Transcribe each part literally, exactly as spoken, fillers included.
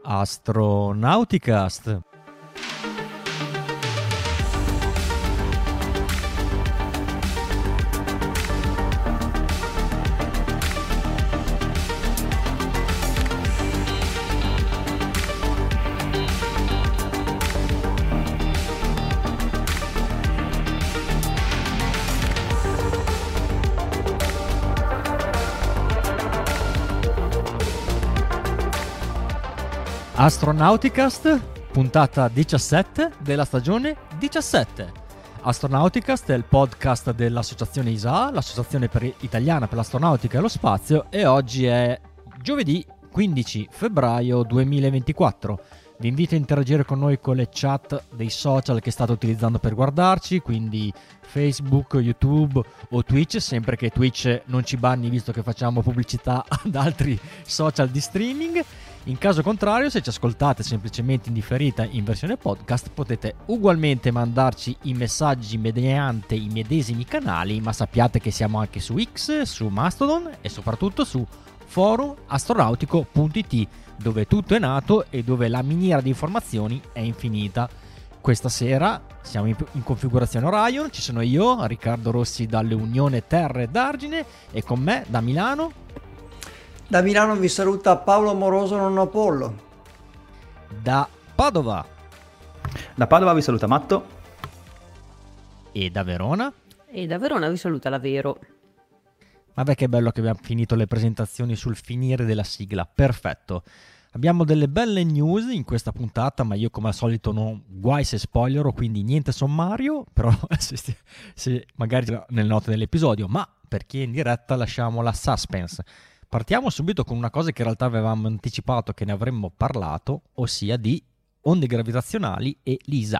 Astronauticast. Astronauticast, puntata diciassette della stagione diciassette. Astronauticast è il podcast dell'associazione I S A, l'associazione per italiana per l'astronautica e lo spazio, e oggi è giovedì quindici febbraio duemilaventiquattro. Vi invito a interagire con noi con le chat dei social che state utilizzando per guardarci, quindi Facebook, YouTube o Twitch, sempre che Twitch non ci banni visto che facciamo pubblicità ad altri social di streaming. In caso contrario, se ci ascoltate semplicemente in differita in versione podcast, potete ugualmente mandarci i messaggi mediante i medesimi canali, ma sappiate che siamo anche su X, su Mastodon e soprattutto su forum astronautico punto it, dove tutto è nato e dove la miniera di informazioni è infinita. Questa sera siamo in, in configurazione Orion, ci sono io, Riccardo Rossi dalle Unione Terre d'Argine, e con me da Milano... Da Milano vi saluta Paolo Moroso non Apollo. Da Padova. Da Padova vi saluta Matto. E da Verona. E da Verona vi saluta la Vero. Vabbè, che bello che abbiamo finito le presentazioni sul finire della sigla. Perfetto. Abbiamo delle belle news in questa puntata, ma io come al solito non guai se spoilerò, quindi niente sommario, però se, se magari nelle note dell'episodio, ma per chi è in diretta lasciamo la suspense. Partiamo subito con una cosa che in realtà avevamo anticipato che ne avremmo parlato, ossia di onde gravitazionali e l'I S A.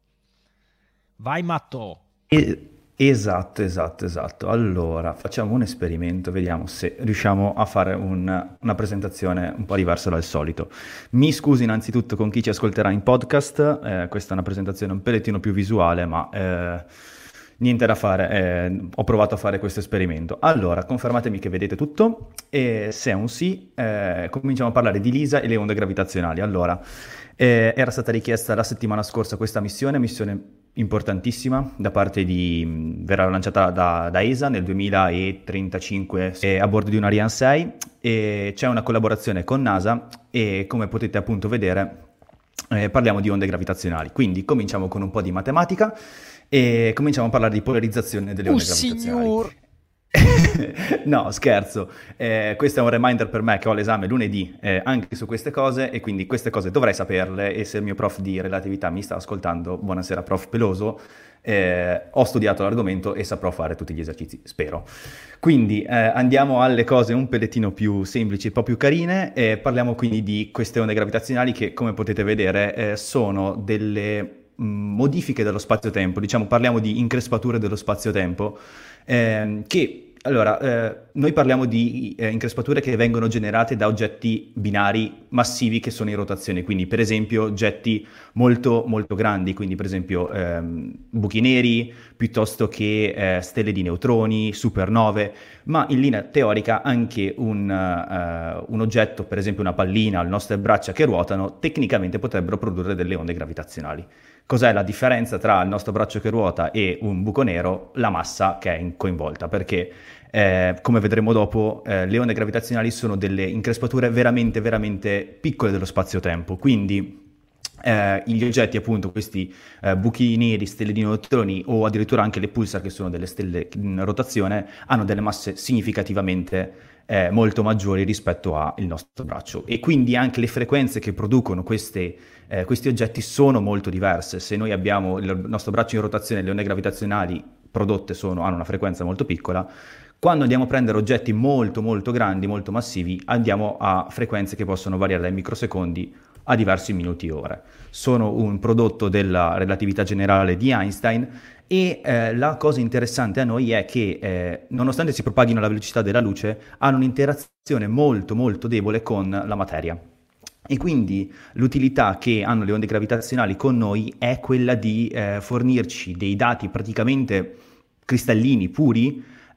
Vai Matto! E- esatto, esatto, esatto. Allora, facciamo un esperimento, vediamo se riusciamo a fare un, una presentazione un po' diversa dal solito. Mi scuso innanzitutto con chi ci ascolterà in podcast, eh, questa è una presentazione un pellettino più visuale, ma... Eh, niente da fare, eh, ho provato a fare questo esperimento. Allora, confermatemi che vedete tutto, e se è un sì, eh, cominciamo a parlare di L I S A e le onde gravitazionali. Allora, eh, era stata richiesta la settimana scorsa questa missione, missione importantissima, da parte di, verrà lanciata da, da E S A nel duemilatrentacinque eh, a bordo di un Ariane sei, e c'è una collaborazione con NASA, e come potete appunto vedere eh, parliamo di onde gravitazionali. Quindi cominciamo con un po' di matematica, e cominciamo a parlare di polarizzazione delle onde oh, gravitazionali. Signor. No, scherzo. Eh, questo è un reminder per me che ho l'esame lunedì eh, anche su queste cose, e quindi queste cose dovrei saperle, e se il mio prof di relatività mi sta ascoltando, buonasera prof Peloso, eh, ho studiato l'argomento e saprò fare tutti gli esercizi, spero. Quindi eh, andiamo alle cose un pellettino più semplici, un po' più carine, e parliamo quindi di queste onde gravitazionali che, come potete vedere, eh, sono delle modifiche dello spazio-tempo, diciamo parliamo di increspature dello spazio-tempo, ehm, che allora eh, noi parliamo di eh, increspature che vengono generate da oggetti binari massivi che sono in rotazione, quindi per esempio oggetti molto molto grandi, quindi per esempio ehm, buchi neri, piuttosto che eh, stelle di neutroni, supernove, ma in linea teorica anche un, uh, un oggetto, per esempio una pallina, le nostre braccia che ruotano, tecnicamente potrebbero produrre delle onde gravitazionali. Cos'è la differenza tra il nostro braccio che ruota e un buco nero? La massa che è coinvolta, perché eh, come vedremo dopo eh, le onde gravitazionali sono delle increspature veramente veramente piccole dello spazio-tempo, quindi eh, gli oggetti appunto questi eh, buchi neri, stelle di neutroni o addirittura anche le pulsar, che sono delle stelle in rotazione, hanno delle masse significativamente eh, molto maggiori rispetto al nostro braccio, e quindi anche le frequenze che producono queste Eh, questi oggetti sono molto diverse. Se noi abbiamo il nostro braccio in rotazione, le onde gravitazionali prodotte sono, hanno una frequenza molto piccola. Quando andiamo a prendere oggetti molto molto grandi, molto massivi, andiamo a frequenze che possono variare dai microsecondi a diversi minuti ore. Sono un prodotto della relatività generale di Einstein, e eh, la cosa interessante a noi è che eh, nonostante si propaghino alla velocità della luce, hanno un'interazione molto molto debole con la materia. E quindi l'utilità che hanno le onde gravitazionali con noi è quella di eh, fornirci dei dati praticamente cristallini, puri,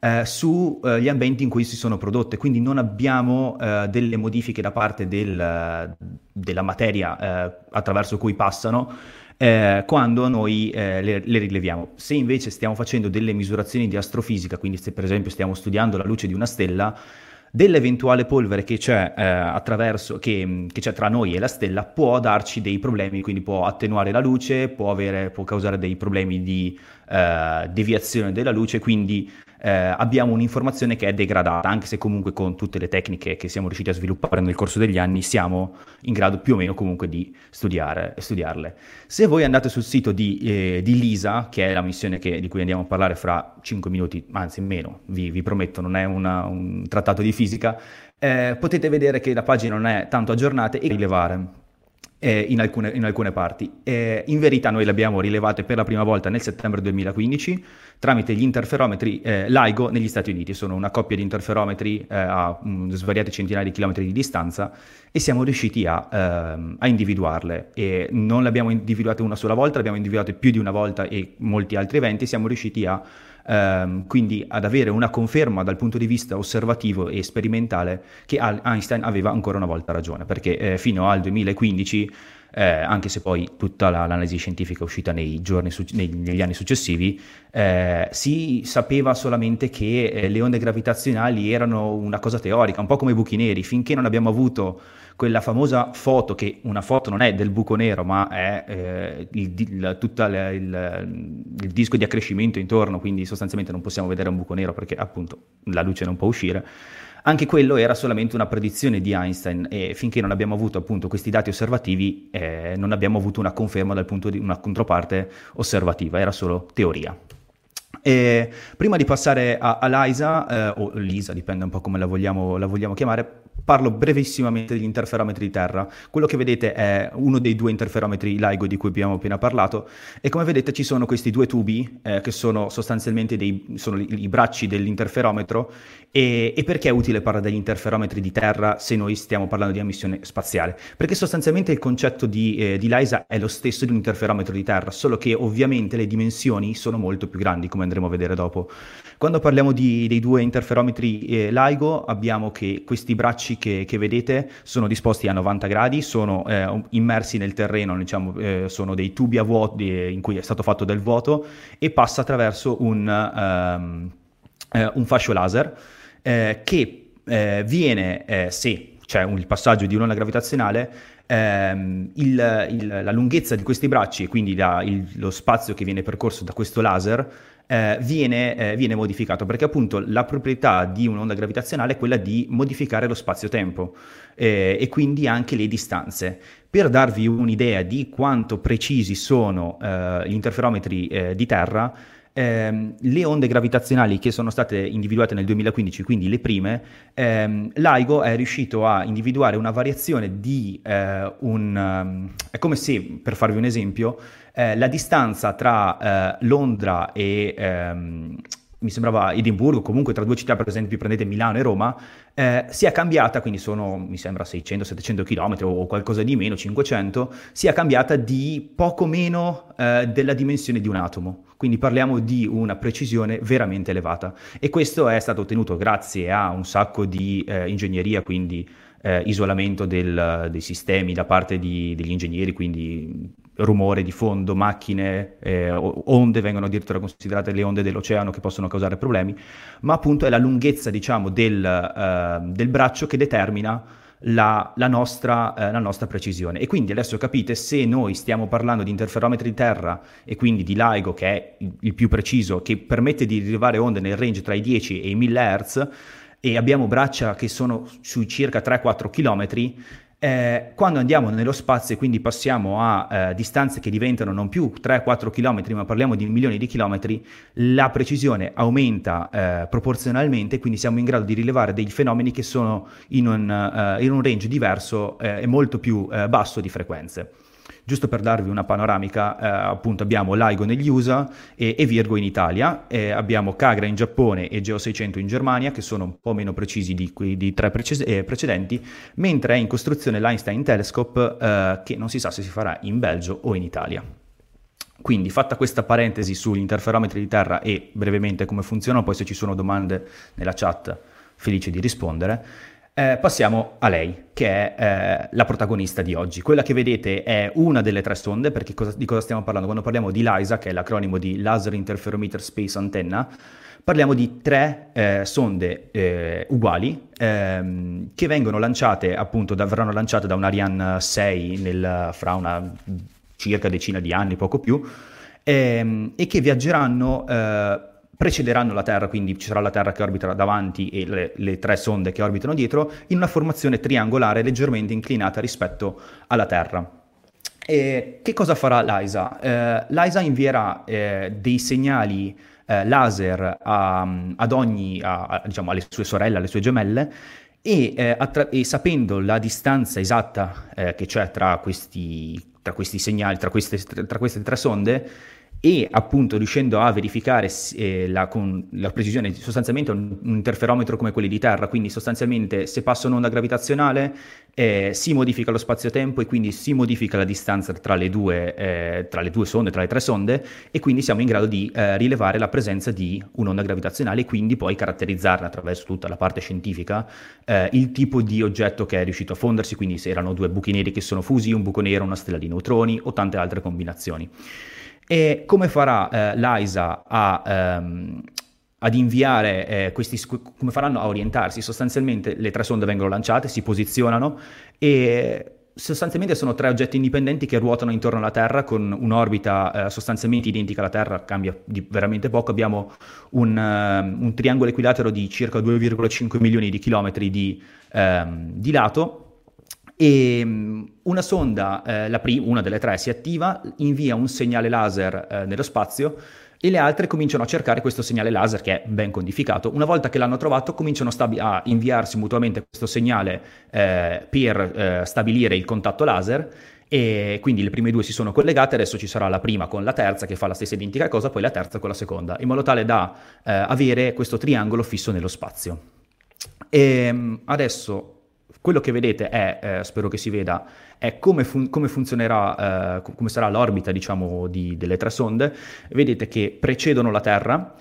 eh, sugli ambienti in cui si sono prodotte, quindi non abbiamo eh, delle modifiche da parte del, della materia eh, attraverso cui passano eh, quando noi eh, le, le rileviamo. Se invece stiamo facendo delle misurazioni di astrofisica, quindi se per esempio stiamo studiando la luce di una stella, dell'eventuale polvere che c'è eh, attraverso che, che c'è tra noi e la stella può darci dei problemi, quindi può attenuare la luce, può avere, può causare dei problemi di eh, deviazione della luce, quindi eh, abbiamo un'informazione che è degradata, anche se comunque con tutte le tecniche che siamo riusciti a sviluppare nel corso degli anni siamo in grado più o meno comunque di studiare, studiarle. Se voi andate sul sito di, eh, di LISA, che è la missione che, di cui andiamo a parlare fra cinque minuti, anzi meno, vi, vi prometto, non è una, un trattato di fisica, eh, potete vedere che la pagina non è tanto aggiornata e rilevare eh, in, alcune, in alcune parti. Eh, in verità noi le abbiamo rilevate per la prima volta nel settembre duemilaquindici tramite gli interferometri eh, LIGO negli Stati Uniti. Sono una coppia di interferometri eh, a um, svariate centinaia di chilometri di distanza e siamo riusciti a, ehm, a individuarle. E non le abbiamo individuate una sola volta, le abbiamo individuate più di una volta e molti altri eventi. Siamo riusciti a ehm, quindi ad avere una conferma dal punto di vista osservativo e sperimentale che Einstein aveva ancora una volta ragione, perché eh, fino al duemilaquindici Eh, anche se poi tutta la, l'analisi scientifica è uscita nei giorni su, nei, negli anni successivi, eh, si sapeva solamente che eh, le onde gravitazionali erano una cosa teorica, un po' come i buchi neri, finché non abbiamo avuto quella famosa foto, che una foto non è del buco nero, ma è eh, il, il, tutta la, il, il disco di accrescimento intorno, quindi sostanzialmente non possiamo vedere un buco nero perché appunto la luce non può uscire. Anche quello era solamente una predizione di Einstein e finché non abbiamo avuto appunto questi dati osservativi eh, non abbiamo avuto una conferma dal punto di una controparte osservativa, era solo teoria. E prima di passare a, a LISA, eh, o LISA, dipende un po' come la vogliamo, la vogliamo chiamare, parlo brevissimamente degli interferometri di terra. Quello che vedete è uno dei due interferometri LIGO di cui abbiamo appena parlato e come vedete ci sono questi due tubi eh, che sono sostanzialmente dei, sono i, i bracci dell'interferometro. E, e perché è utile parlare degli interferometri di terra se noi stiamo parlando di una missione spaziale? Perché sostanzialmente il concetto di, eh, di LISA è lo stesso di un interferometro di terra, solo che ovviamente le dimensioni sono molto più grandi, come andremo a vedere dopo. Quando parliamo di, dei due interferometri eh, LIGO abbiamo che questi bracci che, che vedete sono disposti a novanta gradi, sono eh, immersi nel terreno, diciamo, eh, sono dei tubi a vuoto eh, in cui è stato fatto del vuoto e passa attraverso un, um, eh, un fascio laser eh, che eh, viene, eh, se c'è un, il passaggio di un'onda gravitazionale, ehm, il, il, la lunghezza di questi bracci e quindi la, il, lo spazio che viene percorso da questo laser Eh, viene, eh, viene modificato, perché appunto la proprietà di un'onda gravitazionale è quella di modificare lo spazio-tempo eh, e quindi anche le distanze. Per darvi un'idea di quanto precisi sono eh, gli interferometri eh, di terra, ehm, le onde gravitazionali che sono state individuate nel duemilaquindici, quindi le prime, ehm, LIGO è riuscito a individuare una variazione di eh, un... Um, è come se, per farvi un esempio, Eh, la distanza tra eh, Londra e ehm, mi sembrava Edimburgo, comunque tra due città, per esempio prendete Milano e Roma, eh, si è cambiata, quindi sono mi sembra seicento settecento chilometri o qualcosa di meno, cinquecento, si è cambiata di poco meno eh, della dimensione di un atomo. Quindi parliamo di una precisione veramente elevata e questo è stato ottenuto grazie a un sacco di eh, ingegneria, quindi eh, isolamento del, dei sistemi da parte di, degli ingegneri, quindi rumore di fondo, macchine, eh, onde, vengono addirittura considerate le onde dell'oceano che possono causare problemi, ma appunto è la lunghezza, diciamo, del, uh, del braccio che determina la, la, nostra, uh, la nostra precisione. E quindi adesso capite, se noi stiamo parlando di interferometri di terra e quindi di LIGO, che è il, il più preciso, che permette di rilevare onde nel range tra i dieci e i mille hertz, e abbiamo braccia che sono sui circa tre quattro chilometri, Eh, quando andiamo nello spazio e quindi passiamo a eh, distanze che diventano non più tre quattro chilometri, ma parliamo di milioni di chilometri, la precisione aumenta eh, proporzionalmente, quindi siamo in grado di rilevare dei fenomeni che sono in un, uh, in un range diverso eh, e molto più eh, basso di frequenze. Giusto per darvi una panoramica, eh, appunto abbiamo LIGO negli U S A e, e Virgo in Italia, eh, abbiamo Kagra in Giappone e Geo seicento in Germania, che sono un po' meno precisi di quei di tre prece- eh, precedenti, mentre è in costruzione l'Einstein Telescope, eh, che non si sa se si farà in Belgio o in Italia. Quindi, fatta questa parentesi sugli interferometri di terra e brevemente come funzionano, poi se ci sono domande nella chat felice di rispondere, eh, passiamo a lei, che è eh, la protagonista di oggi. Quella che vedete è una delle tre sonde, perché cosa, di cosa stiamo parlando? Quando parliamo di LISA, che è l'acronimo di Laser Interferometer Space Antenna, parliamo di tre eh, sonde eh, uguali ehm, che vengono lanciate, appunto, da, verranno lanciate da un Ariane sei nel, fra una circa decina di anni, poco più, ehm, e che viaggeranno, eh, precederanno la Terra, quindi ci sarà la Terra che orbiterà davanti e le, le tre sonde che orbitano dietro, in una formazione triangolare leggermente inclinata rispetto alla Terra. E che cosa farà LISA? Eh, LISA invierà eh, dei segnali eh, laser a, ad ogni, a, a, diciamo, alle sue sorelle, alle sue gemelle, e, eh, attra- e sapendo la distanza esatta eh, che c'è tra questi, tra questi segnali, tra queste, tra queste tre sonde, e appunto riuscendo a verificare eh, la, con la precisione sostanzialmente un, un interferometro come quelli di terra, quindi sostanzialmente se passa un'onda gravitazionale eh, si modifica lo spazio-tempo e quindi si modifica la distanza tra le due, eh, tra le due sonde, tra le tre sonde, e quindi siamo in grado di eh, rilevare la presenza di un'onda gravitazionale e quindi poi caratterizzarne attraverso tutta la parte scientifica eh, il tipo di oggetto che è riuscito a fondersi, quindi se erano due buchi neri che sono fusi, un buco nero, una stella di neutroni o tante altre combinazioni. E come farà eh, LISA a, ehm, ad inviare eh, questi, come faranno a orientarsi? Sostanzialmente le tre sonde vengono lanciate, si posizionano e sostanzialmente sono tre oggetti indipendenti che ruotano intorno alla Terra con un'orbita eh, sostanzialmente identica alla Terra, cambia di veramente poco. Abbiamo un, um, un triangolo equilatero di circa due virgola cinque milioni di chilometri di, um, di lato. E una sonda, eh, la prima, una delle tre, si attiva, invia un segnale laser eh, nello spazio e le altre cominciano a cercare questo segnale laser che è ben codificato. Una volta che l'hanno trovato cominciano stabi- a inviarsi mutuamente questo segnale eh, per eh, stabilire il contatto laser, e quindi le prime due si sono collegate. Adesso ci sarà la prima con la terza che fa la stessa identica cosa, poi la terza con la seconda, in modo tale da eh, avere questo triangolo fisso nello spazio. E adesso quello che vedete è, eh, spero che si veda, è come, fun- come funzionerà, eh, come sarà l'orbita, diciamo, di, delle tre sonde. Vedete che precedono la Terra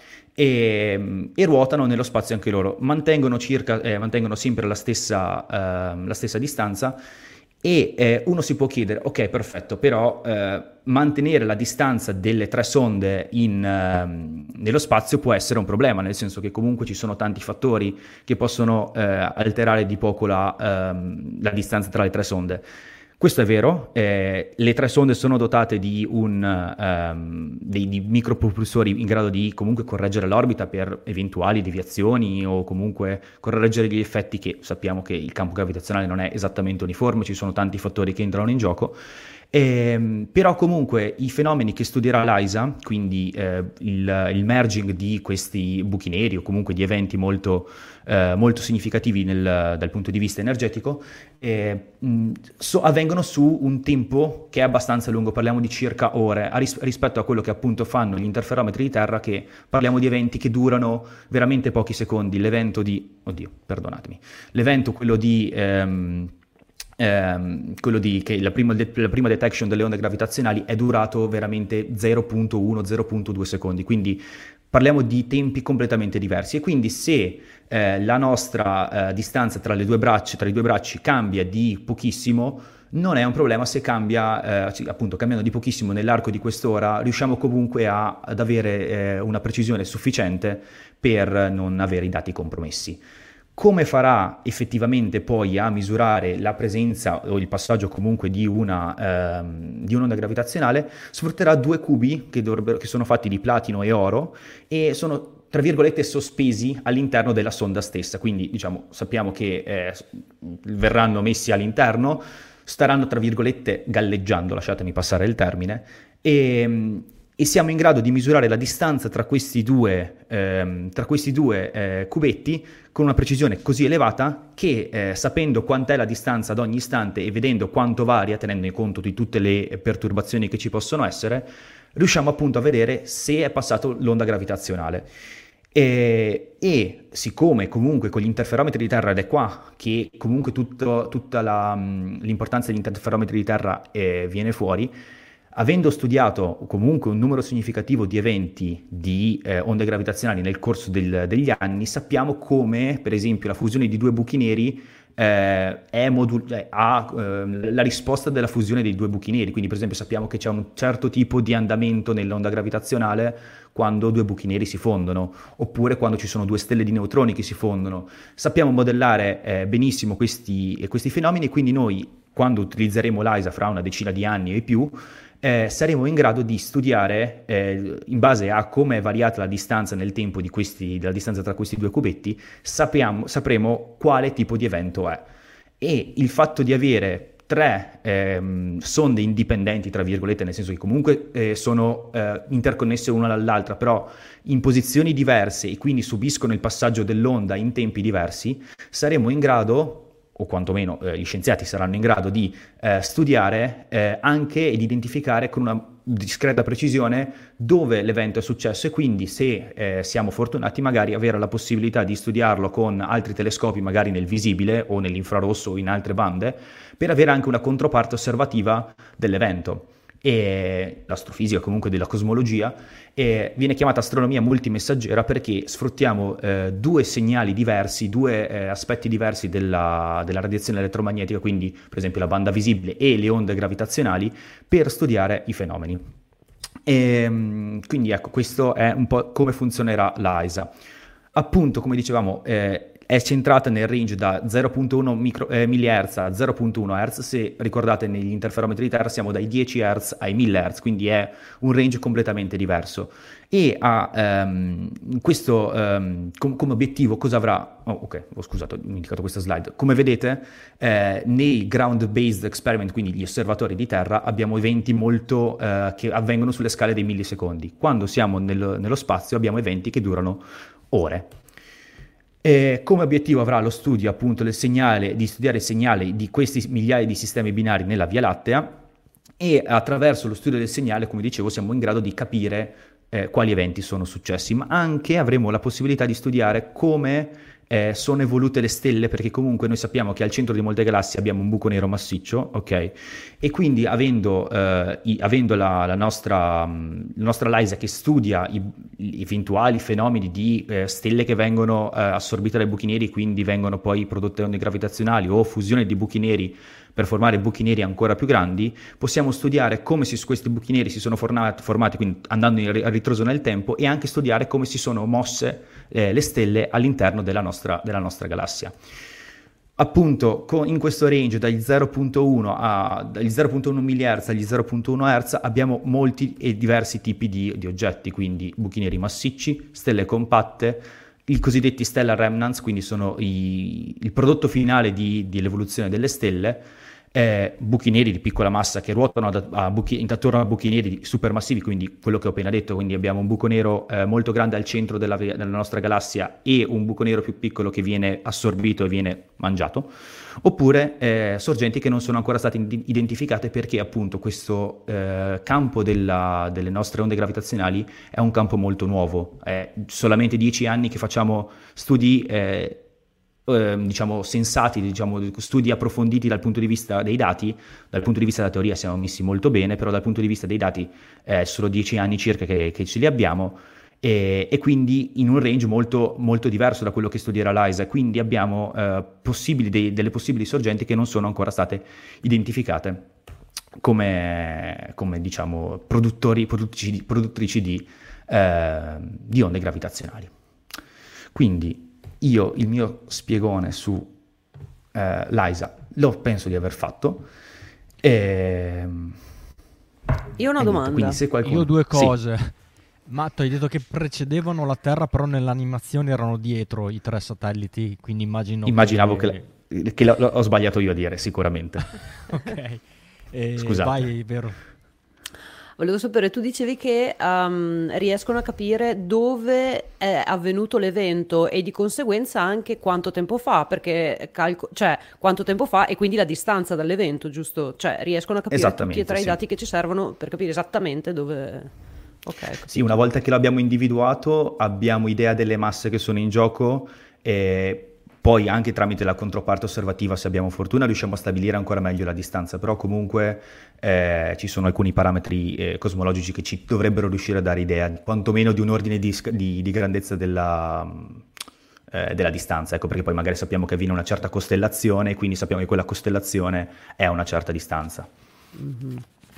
e, e ruotano nello spazio anche loro, mantengono, circa, eh, mantengono sempre la stessa, eh, la stessa distanza. E eh, uno si può chiedere, ok, perfetto, però eh, mantenere la distanza delle tre sonde in, eh, nello spazio può essere un problema, nel senso che comunque ci sono tanti fattori che possono eh, alterare di poco la, ehm, la distanza tra le tre sonde. Questo è vero, eh, le tre sonde sono dotate di, un, um, dei, di micropropulsori in grado di comunque correggere l'orbita per eventuali deviazioni o comunque correggere gli effetti, che sappiamo che il campo gravitazionale non è esattamente uniforme, ci sono tanti fattori che entrano in gioco. Eh, però comunque i fenomeni che studierà LISA, quindi eh, il, il merging di questi buchi neri o comunque di eventi molto, eh, molto significativi nel, dal punto di vista energetico, eh, mh, so, avvengono su un tempo che è abbastanza lungo, parliamo di circa ore, a ris- rispetto a quello che appunto fanno gli interferometri di terra, che parliamo di eventi che durano veramente pochi secondi. L'evento di, oddio, perdonatemi, l'evento quello di... Ehm, Ehm, quello di che la prima, de- la prima detection delle onde gravitazionali è durato veramente zero virgola uno zero virgola due secondi, quindi parliamo di tempi completamente diversi. E quindi se eh, la nostra eh, distanza tra le due braccia, tra i due bracci cambia di pochissimo, non è un problema. Se cambia, eh, appunto cambiando di pochissimo nell'arco di quest'ora, riusciamo comunque a, ad avere eh, una precisione sufficiente per non avere i dati compromessi. Come farà effettivamente poi a misurare la presenza o il passaggio comunque di, una, ehm, di un'onda gravitazionale? Sfrutterà due cubi che, che sono fatti di platino e oro e sono, tra virgolette, sospesi all'interno della sonda stessa. Quindi, diciamo, sappiamo che eh, verranno messi all'interno, staranno, tra virgolette, galleggiando, lasciatemi passare il termine, e... e siamo in grado di misurare la distanza tra questi due, ehm, tra questi due eh, cubetti con una precisione così elevata che, eh, sapendo quant'è la distanza ad ogni istante e vedendo quanto varia, tenendo in conto di tutte le perturbazioni che ci possono essere, riusciamo appunto a vedere se è passato l'onda gravitazionale. E, e siccome comunque con gli interferometri di terra, ed è qua che comunque tutto, tutta la, l'importanza degli interferometri di terra eh, viene fuori, Avendo studiato comunque un numero significativo di eventi di eh, onde gravitazionali nel corso del, degli anni, sappiamo come, per esempio, la fusione di due buchi neri eh, è modul- eh, ha eh, la risposta della fusione dei due buchi neri. Quindi, per esempio, sappiamo che c'è un certo tipo di andamento nell'onda gravitazionale quando due buchi neri si fondono, oppure quando ci sono due stelle di neutroni che si fondono. Sappiamo modellare eh, benissimo questi, questi fenomeni, e quindi noi, quando utilizzeremo l'A I S A fra una decina di anni e più, Eh, saremo in grado di studiare, eh, in base a come è variata la distanza nel tempo di questi, della distanza tra questi due cubetti, sappiamo, sapremo quale tipo di evento è. E il fatto di avere tre ehm, sonde indipendenti, tra virgolette, nel senso che comunque eh, sono eh, interconnesse una dall'altra, però in posizioni diverse e quindi subiscono il passaggio dell'onda in tempi diversi, saremo in grado, o quantomeno eh, gli scienziati saranno in grado di eh, studiare eh, anche ed identificare con una discreta precisione dove l'evento è successo, e quindi, se eh, siamo fortunati, magari avere la possibilità di studiarlo con altri telescopi, magari nel visibile o nell'infrarosso o in altre bande, per avere anche una controparte osservativa dell'evento. E l'astrofisica, comunque della cosmologia, e viene chiamata astronomia multimessaggera perché sfruttiamo eh, due segnali diversi, due eh, aspetti diversi della, della radiazione elettromagnetica, quindi per esempio la banda visibile e le onde gravitazionali, per studiare i fenomeni. E, quindi ecco, questo è un po' come funzionerà l'A I S A. Appunto, come dicevamo, eh, è centrata nel range da zero virgola uno micro, eh, millihertz a zero virgola uno hertz. Se ricordate, negli interferometri di terra siamo dai dieci hertz ai mille hertz, quindi è un range completamente diverso. E ha um, questo um, com- come obiettivo cosa avrà? Oh, ok, ho scusato, ho dimenticato questa slide. Come vedete, eh, nei ground-based experiment, quindi gli osservatori di terra, abbiamo eventi molto eh, che avvengono sulle scale dei millisecondi. Quando siamo nel, nello spazio abbiamo eventi che durano ore. E come obiettivo avrà lo studio, appunto, del segnale, di studiare il segnale di questi migliaia di sistemi binari nella Via Lattea, e attraverso lo studio del segnale, come dicevo, siamo in grado di capire eh, quali eventi sono successi, ma anche avremo la possibilità di studiare come eh, sono evolute le stelle, perché comunque noi sappiamo che al centro di molte galassie abbiamo un buco nero massiccio, ok? E quindi avendo, eh, i, avendo la, la, nostra, mh, la nostra L I S A che studia i, gli eventuali fenomeni di eh, stelle che vengono eh, assorbite dai buchi neri, quindi vengono poi prodotte onde gravitazionali o fusione di buchi neri per formare buchi neri ancora più grandi, possiamo studiare come si, questi buchi neri si sono formati, formati quindi andando in, a ritroso nel tempo, e anche studiare come si sono mosse eh, le stelle all'interno della nostra, della nostra galassia. Appunto, con, in questo range dagli zero virgola uno a, dagli zero virgola uno millihertz agli zero virgola uno hertz abbiamo molti e diversi tipi di, di oggetti, quindi buchi neri massicci, stelle compatte, i cosiddetti stellar remnants, quindi sono i, il prodotto finale di, di l'evoluzione delle stelle, eh, buchi neri di piccola massa che ruotano ad, a buchi, intorno a buchi neri supermassivi, quindi quello che ho appena detto, quindi abbiamo un buco nero eh, molto grande al centro della, della nostra galassia e un buco nero più piccolo che viene assorbito e viene mangiato, oppure eh, sorgenti che non sono ancora state identificate perché appunto questo eh, campo della, delle nostre onde gravitazionali è un campo molto nuovo, è solamente dieci anni che facciamo studi eh, eh, diciamo sensati, diciamo studi approfonditi dal punto di vista dei dati. Dal punto di vista della teoria siamo messi molto bene, però dal punto di vista dei dati eh, sono dieci anni circa che, che ce li abbiamo. E, e quindi in un range molto, molto diverso da quello che studierà l'A I S A, quindi abbiamo eh, possibili dei, delle possibili sorgenti che non sono ancora state identificate come, come diciamo produttori, produttrici, produttrici di, eh, di onde gravitazionali. Quindi io il mio spiegone su eh, l'A I S A lo penso di aver fatto. E... Io ho una e domanda. Quindi se qualcuno... Io ho due cose. Sì. Matto, hai detto che precedevano la Terra, però nell'animazione erano dietro i tre satelliti, quindi immagino Immaginavo che, che, che l'ho, l'ho sbagliato io a dire, sicuramente. ok. Eh, Scusate. Vai, vero. Volevo sapere, tu dicevi che um, riescono a capire dove è avvenuto l'evento e di conseguenza anche quanto tempo fa, perché calco- cioè quanto tempo fa e quindi la distanza dall'evento, giusto? Cioè riescono a capire tutti e tre sì. i dati che ci servono per capire esattamente dove... Okay, sì, una volta che l'abbiamo individuato abbiamo idea delle masse che sono in gioco e Poi anche tramite la controparte osservativa, se abbiamo fortuna, riusciamo a stabilire ancora meglio la distanza, però comunque eh, ci sono alcuni parametri eh, cosmologici che ci dovrebbero riuscire a dare idea, quantomeno di un ordine di, di, di grandezza della, eh, della distanza, ecco, perché poi magari sappiamo che avviene una certa costellazione e quindi sappiamo che quella costellazione è a una certa distanza. Mhm.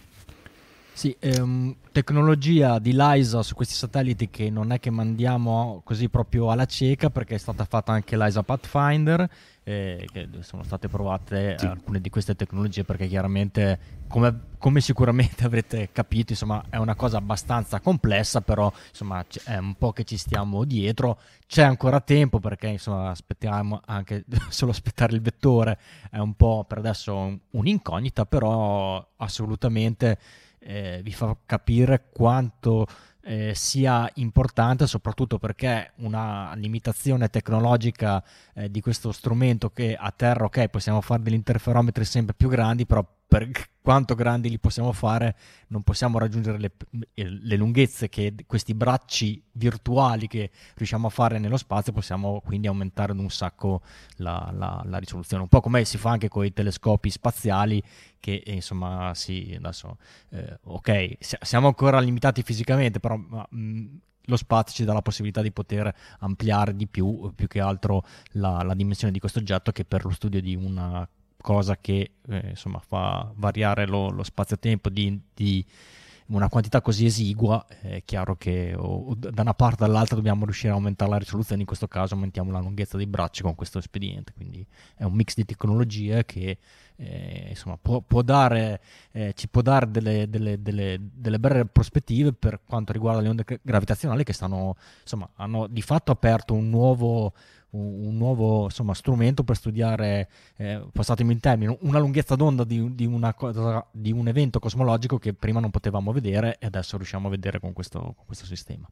Sì, ehm, tecnologia di LiSA su questi satelliti che non è che mandiamo così proprio alla cieca, perché è stata fatta anche LiSA Pathfinder, eh, che sono state provate Sì. alcune di queste tecnologie, perché chiaramente, come, come sicuramente avrete capito, insomma, è una cosa abbastanza complessa, però insomma c- è un po' che ci stiamo dietro. C'è ancora tempo, perché insomma aspettiamo anche solo aspettare il vettore è un po' per adesso un- un'incognita, però assolutamente eh, vi fa capire quanto eh, sia importante, soprattutto perché una limitazione tecnologica eh, di questo strumento, che a terra, ok, possiamo fare degli interferometri sempre più grandi, però per quanto grandi li possiamo fare non possiamo raggiungere le, le lunghezze che questi bracci virtuali che riusciamo a fare nello spazio. Possiamo quindi aumentare di un sacco la, la, la risoluzione, un po' come si fa anche con i telescopi spaziali, che eh, insomma sì, adesso eh, ok, siamo ancora limitati fisicamente, però ma, mh, lo spazio ci dà la possibilità di poter ampliare di più, più che altro la, la dimensione di questo oggetto, che per lo studio di una cosa che eh, insomma fa variare lo, lo spazio-tempo di, di una quantità così esigua, è chiaro che o, o da una parte o dall'altra dobbiamo riuscire a aumentare la risoluzione. In questo caso aumentiamo la lunghezza dei bracci con questo espediente, quindi è un mix di tecnologie che eh, insomma può, può dare eh, ci può dare delle, delle, delle, delle belle prospettive per quanto riguarda le onde gravitazionali, che stanno insomma hanno di fatto aperto un nuovo un nuovo insomma strumento per studiare, eh, passatemi il termine, una lunghezza d'onda di, di, una cosa, di un evento cosmologico che prima non potevamo vedere e adesso riusciamo a vedere con questo, con questo sistema.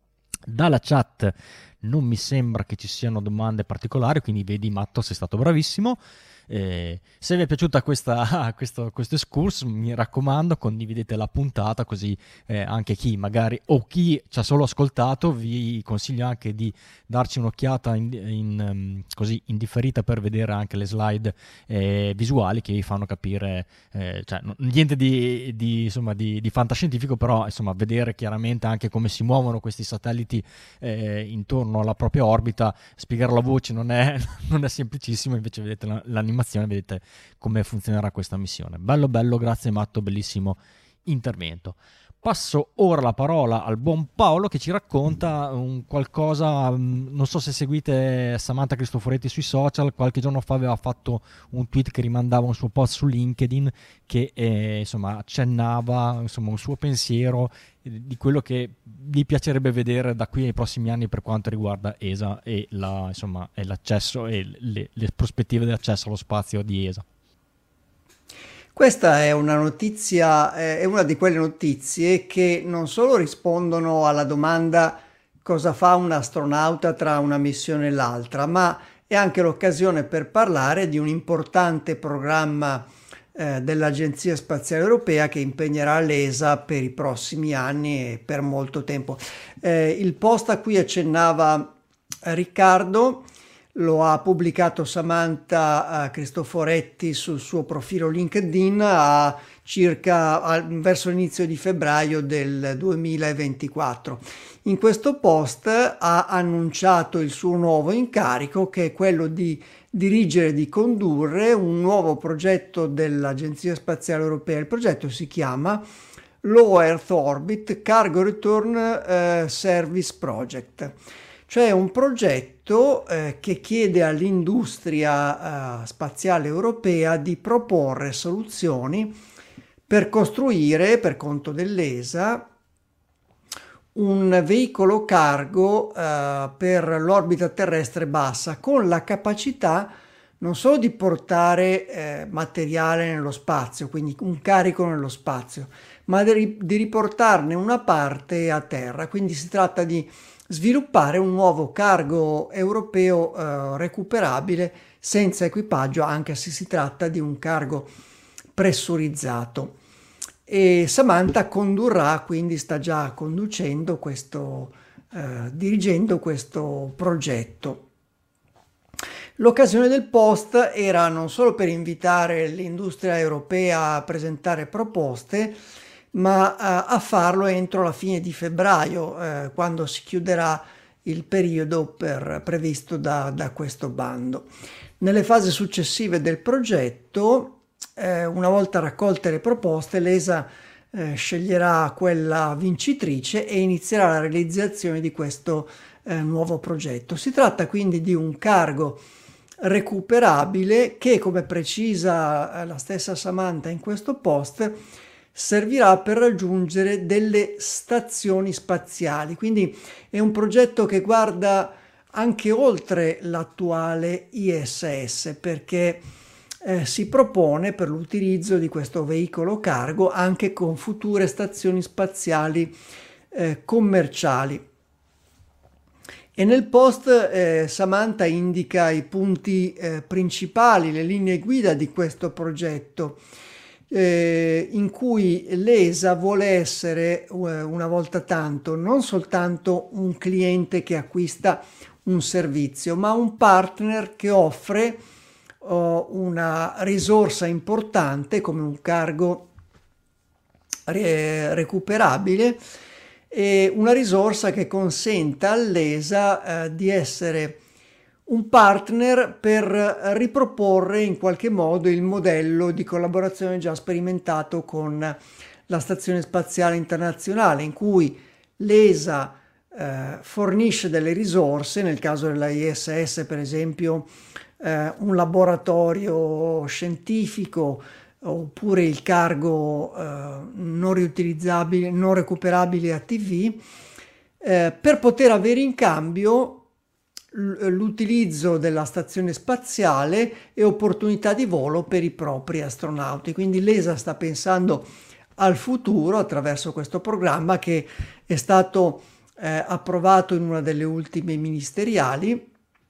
Dalla chat non mi sembra che ci siano domande particolari, quindi vedi, Matto, sei stato bravissimo. Eh, se vi è piaciuta questa, questo, questo excursus, mi raccomando, condividete la puntata, così eh, anche chi magari o chi ci ha solo ascoltato, vi consiglio anche di darci un'occhiata in, in, um, così indifferita, per vedere anche le slide eh, visuali che vi fanno capire, eh, cioè n- niente di, di, insomma, di, di fantascientifico, però insomma vedere chiaramente anche come si muovono questi satelliti eh, intorno alla propria orbita. Spiegarlo a voce non è, non è semplicissimo, invece vedete la, l'animazione, vedete come funzionerà questa missione. Bello bello, grazie Matto, bellissimo intervento. Passo ora la parola al buon Paolo, che ci racconta un qualcosa, non so se seguite Samantha Cristoforetti sui social, qualche giorno fa aveva fatto un tweet che rimandava un suo post su LinkedIn che eh, insomma accennava insomma un suo pensiero di quello che gli piacerebbe vedere da qui ai prossimi anni per quanto riguarda E S A e, la, insomma, e l'accesso e le, le prospettive di accesso allo spazio di E S A. Questa è una notizia, è una di quelle notizie che non solo rispondono alla domanda cosa fa un astronauta tra una missione e l'altra, ma è anche l'occasione per parlare di un importante programma eh, dell'Agenzia Spaziale Europea che impegnerà l'E S A per i prossimi anni e per molto tempo. Eh, il post a cui accennava Riccardo lo ha pubblicato Samantha Cristoforetti sul suo profilo LinkedIn a circa a, verso l'inizio di febbraio del duemilaventiquattro. In questo post ha annunciato il suo nuovo incarico, che è quello di dirigere e di condurre un nuovo progetto dell'Agenzia Spaziale Europea. Il progetto si chiama Low Earth Orbit Cargo Return eh, Service Project. Cioè un progetto eh, che chiede all'industria eh, spaziale europea di proporre soluzioni per costruire, per conto dell'E S A, un veicolo cargo eh, per l'orbita terrestre bassa, con la capacità non solo di portare eh, materiale nello spazio, quindi un carico nello spazio, ma di, di riportarne una parte a terra. Quindi si tratta di sviluppare un nuovo cargo europeo eh, recuperabile senza equipaggio, anche se si tratta di un cargo pressurizzato. E Samantha condurrà, quindi sta già conducendo questo, eh, dirigendo questo progetto. L'occasione del post era non solo per invitare l'industria europea a presentare proposte, ma a, a farlo entro la fine di febbraio, eh, quando si chiuderà il periodo per, previsto da, da questo bando. Nelle fasi successive del progetto, eh, una volta raccolte le proposte, l'E S A eh, sceglierà quella vincitrice e inizierà la realizzazione di questo eh, nuovo progetto. Si tratta quindi di un cargo recuperabile che, come precisa la stessa Samantha in questo post, servirà per raggiungere delle stazioni spaziali. Quindi è un progetto che guarda anche oltre l'attuale I S S, perché eh, si propone per l'utilizzo di questo veicolo cargo anche con future stazioni spaziali eh, commerciali. E nel post eh, Samantha indica i punti eh, principali, le linee guida di questo progetto, eh, in cui l'E S A vuole essere, eh, una volta tanto, non soltanto un cliente che acquista un servizio, ma un partner che offre oh, una risorsa importante come un cargo re- recuperabile, e una risorsa che consenta all'E S A eh, di essere un partner per riproporre in qualche modo il modello di collaborazione già sperimentato con la Stazione Spaziale Internazionale, in cui l'E S A eh, fornisce delle risorse, nel caso della I S S per esempio eh, un laboratorio scientifico, oppure il cargo eh, non riutilizzabile, non recuperabile A T V, eh, per poter avere in cambio l- l'utilizzo della stazione spaziale e opportunità di volo per i propri astronauti. Quindi l'E S A sta pensando al futuro attraverso questo programma che è stato eh, approvato in una delle ultime ministeriali.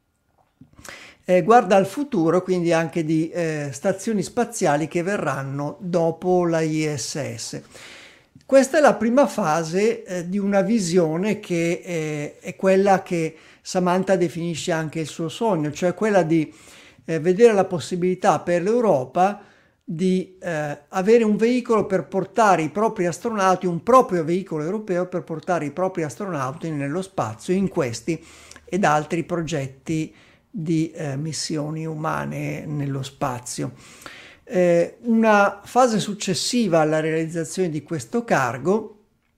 Eh, guarda al futuro quindi anche di eh, stazioni spaziali che verranno dopo la I S S. Questa è la prima fase eh, di una visione che eh, è quella che Samantha definisce anche il suo sogno, cioè quella di eh, vedere la possibilità per l'Europa di eh, avere un veicolo per portare i propri astronauti, un proprio veicolo europeo per portare i propri astronauti nello spazio, in questi ed altri progetti di eh, missioni umane nello spazio. Eh, una fase successiva alla realizzazione di questo cargo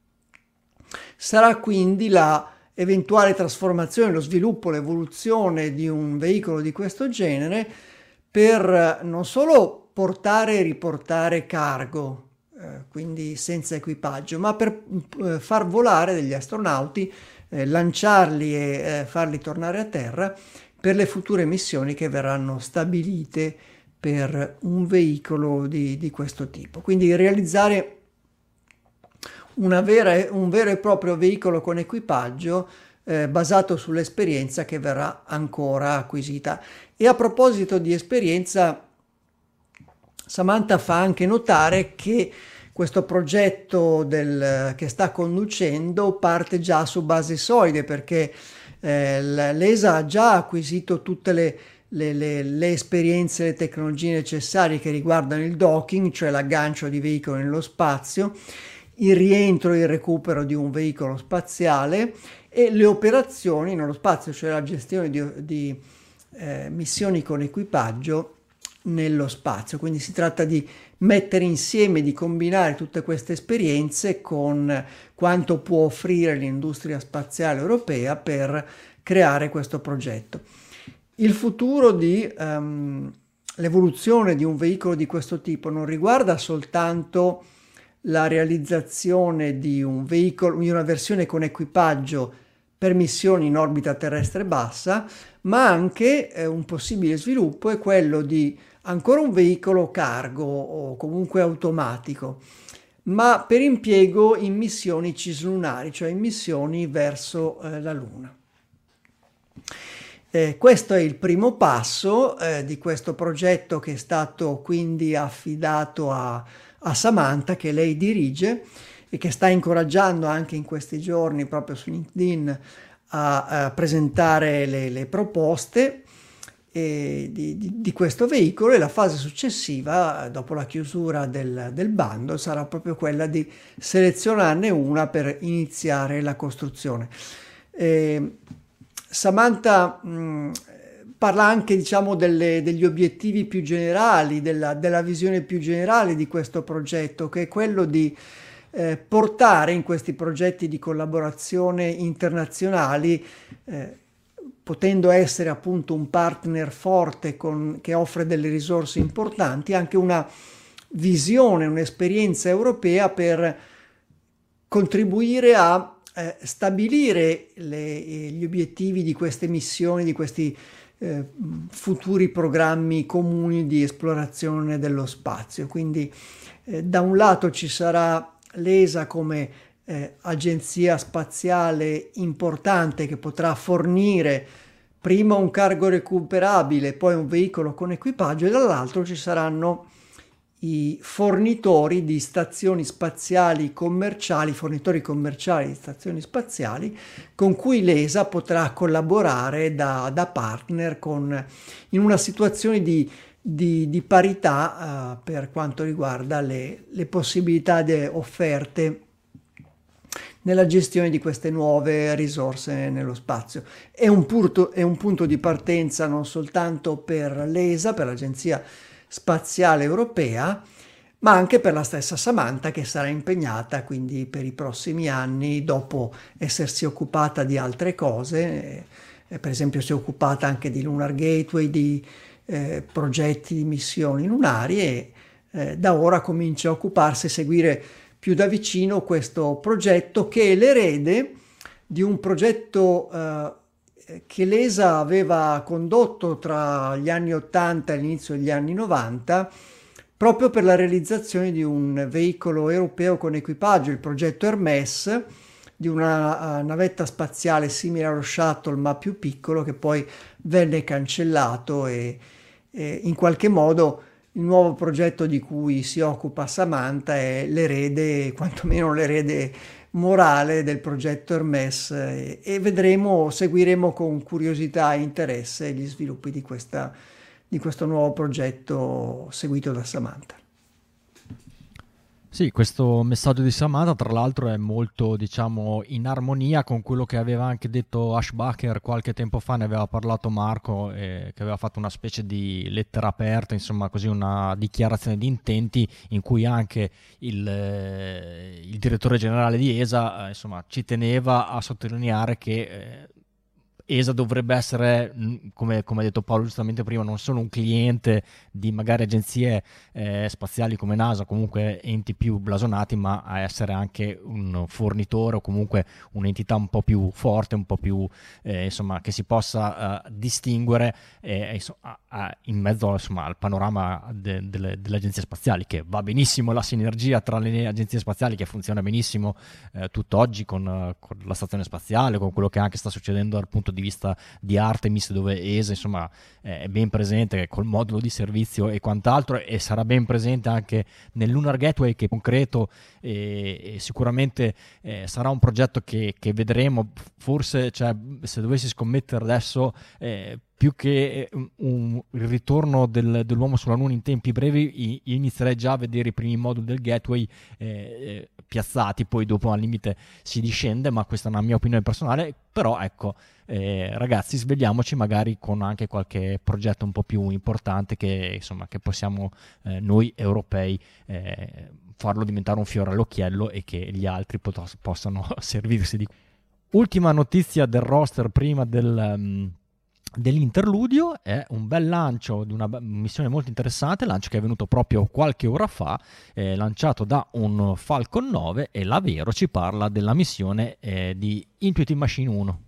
sarà quindi la eventuale trasformazione, lo sviluppo, l'evoluzione di un veicolo di questo genere per non solo portare e riportare cargo, eh, quindi senza equipaggio, ma per eh, far volare degli astronauti, eh, lanciarli e eh, farli tornare a terra per le future missioni che verranno stabilite per un veicolo di, di questo tipo. Quindi realizzare una vera, un vero e proprio veicolo con equipaggio eh, basato sull'esperienza che verrà ancora acquisita. E a proposito di esperienza, Samantha fa anche notare che questo progetto del, che sta conducendo parte già su basi solide, perché Eh, l'E S A ha già acquisito tutte le, le, le, le esperienze, le tecnologie necessarie che riguardano il docking, cioè l'aggancio di veicoli nello spazio, il rientro e il recupero di un veicolo spaziale e le operazioni nello spazio, cioè la gestione di, di eh, missioni con equipaggio nello spazio. Quindi si tratta di mettere insieme, di combinare tutte queste esperienze con quanto può offrire l'industria spaziale europea per creare questo progetto. Il futuro di um, l'evoluzione di un veicolo di questo tipo non riguarda soltanto la realizzazione di un veicolo, di una versione con equipaggio per missioni in orbita terrestre bassa, ma anche eh, un possibile sviluppo è quello di ancora un veicolo cargo o comunque automatico, ma per impiego in missioni cislunari, cioè in missioni verso eh, la Luna. Eh, questo è il primo passo eh, di questo progetto che è stato quindi affidato a, a Samantha, che lei dirige e che sta incoraggiando anche in questi giorni proprio su LinkedIn a, a presentare le, le proposte. e di, di, di questo veicolo, e la fase successiva, dopo la chiusura del, del bando, sarà proprio quella di selezionarne una per iniziare la costruzione. Eh, Samantha mh, parla anche, diciamo, delle, degli obiettivi più generali, della, della visione più generale di questo progetto, che è quello di eh, portare in questi progetti di collaborazione internazionali, eh, potendo essere appunto un partner forte con, che offre delle risorse importanti, anche una visione, un'esperienza europea per contribuire a eh, stabilire le, gli obiettivi di queste missioni, di questi eh, futuri programmi comuni di esplorazione dello spazio. Quindi eh, da un lato ci sarà l'E S A come eh, agenzia spaziale importante che potrà fornire prima un cargo recuperabile, poi un veicolo con equipaggio, e dall'altro ci saranno i fornitori di stazioni spaziali commerciali, fornitori commerciali di stazioni spaziali, con cui l'E S A potrà collaborare da, da partner con, in una situazione di, di, di parità uh, per quanto riguarda le, le possibilità de, offerte nella gestione di queste nuove risorse nello spazio. È un punto, è un punto di partenza non soltanto per l'E S A, per l'Agenzia Spaziale Europea, ma anche per la stessa Samantha, che sarà impegnata quindi per i prossimi anni, dopo essersi occupata di altre cose, eh, per esempio si è occupata anche di Lunar Gateway, di eh, progetti di missioni lunari, e eh, da ora comincia a occuparsi e seguire più da vicino questo progetto, che è l'erede di un progetto eh, che l'E S A aveva condotto tra gli anni ottanta e l'inizio degli anni novanta, proprio per la realizzazione di un veicolo europeo con equipaggio, il progetto Hermes, di una uh, navetta spaziale simile allo shuttle ma più piccolo, che poi venne cancellato, e, e in qualche modo il nuovo progetto di cui si occupa Samantha è l'erede, quantomeno l'erede morale del progetto Hermes, e, e vedremo, seguiremo con curiosità e interesse gli sviluppi di, questa, di questo nuovo progetto seguito da Samantha. Sì, questo messaggio di Samantha tra l'altro è molto, diciamo, in armonia con quello che aveva anche detto Ash Baker qualche tempo fa, ne aveva parlato Marco, eh, che aveva fatto una specie di lettera aperta, insomma così, una dichiarazione di intenti in cui anche il, eh, il direttore generale di E S A eh, insomma ci teneva a sottolineare che eh, E S A dovrebbe essere, come, come ha detto Paolo giustamente prima, non solo un cliente di magari agenzie eh, spaziali come NASA, comunque enti più blasonati, ma a essere anche un fornitore o comunque un'entità un po' più forte, un po' più eh, insomma, che si possa uh, distinguere eh, insomma, a, in mezzo insomma, al panorama de, de, delle agenzie spaziali, che va benissimo la sinergia tra le agenzie spaziali, che funziona benissimo eh, tutt'oggi con, uh, con la stazione spaziale, con quello che anche sta succedendo dal punto di vista di Artemis, dove E S A insomma è ben presente col modulo di servizio e quant'altro, e sarà ben presente anche nel Lunar Gateway, che è concreto, e, e sicuramente eh, sarà un progetto che, che vedremo, forse, cioè, se dovessi scommettere adesso, eh, più che un, un, il ritorno del, dell'uomo sulla Luna in tempi brevi, inizierei già a vedere i primi moduli del Gateway eh, piazzati, poi dopo al limite si discende, ma questa è una mia opinione personale. Però ecco, eh, ragazzi, svegliamoci magari con anche qualche progetto un po' più importante che, insomma, che possiamo eh, noi europei eh, farlo diventare un fiore all'occhiello, e che gli altri pot- possano servirsi di. Ultima notizia del roster prima del... Um, dell'interludio è un bel lancio di una missione molto interessante, lancio che è venuto proprio qualche ora fa, eh, lanciato da un Falcon nove, e la Vero ci parla della missione eh, di Intuitive Machine uno.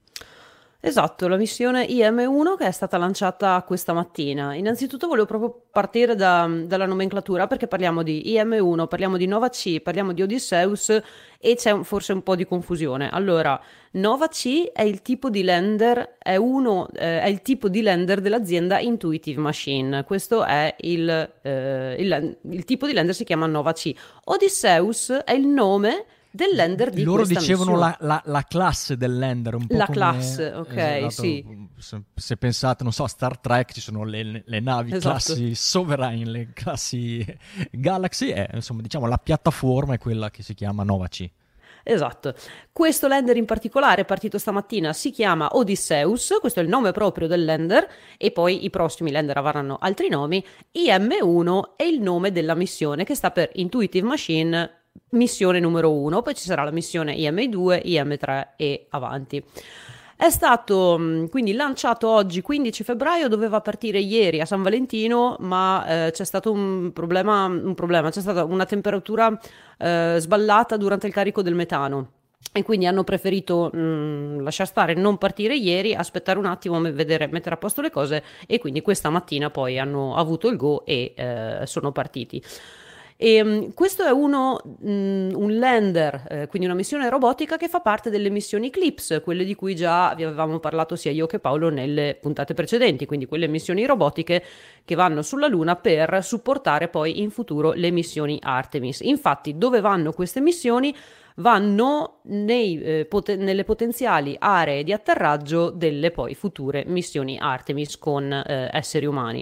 Esatto, la missione I M uno che è stata lanciata questa mattina. Innanzitutto volevo proprio partire da, dalla nomenclatura, perché parliamo di I M uno, parliamo di Nova C, parliamo di Odysseus, e c'è un, forse un po' di confusione. Allora, Nova C è il tipo di lander, è, uno, eh, è il tipo di lander dell'azienda Intuitive Machine. Questo è il, eh, il, il tipo di lander, si chiama Nova C. Odysseus è il nome del lander di Loro questa dicevano missione. la, la, la classe del lander, un po' La come, classe, ok, esatto, sì. Se, se pensate, non so, a Star Trek ci sono le, le navi Esatto. classi Sovereign, le classi Galaxy, e insomma diciamo la piattaforma è quella che si chiama Nova C. Esatto. Questo lander in particolare, partito stamattina, si chiama Odysseus, questo è il nome proprio del lander, e poi i prossimi lander avranno altri nomi. I M uno è il nome della missione, che sta per Intuitive Machine, missione numero uno, poi ci sarà la missione I M due, I M tre e avanti. È stato mh, quindi lanciato oggi quindici febbraio, doveva partire ieri a San Valentino, ma eh, c'è stato un problema, un problema, c'è stata una temperatura eh, sballata durante il carico del metano. E quindi hanno preferito mh, lasciar stare, non partire ieri, aspettare un attimo, vedere, mettere a posto le cose, e quindi questa mattina poi hanno avuto il go e eh, sono partiti. E, um, questo è uno, um, un lander, eh, quindi una missione robotica che fa parte delle missioni Eclipse, quelle di cui già vi avevamo parlato sia io che Paolo nelle puntate precedenti, quindi quelle missioni robotiche che vanno sulla Luna per supportare poi in futuro le missioni Artemis. Infatti, dove vanno queste missioni? Vanno nei, eh, poten- nelle potenziali aree di atterraggio delle poi future missioni Artemis con eh, esseri umani.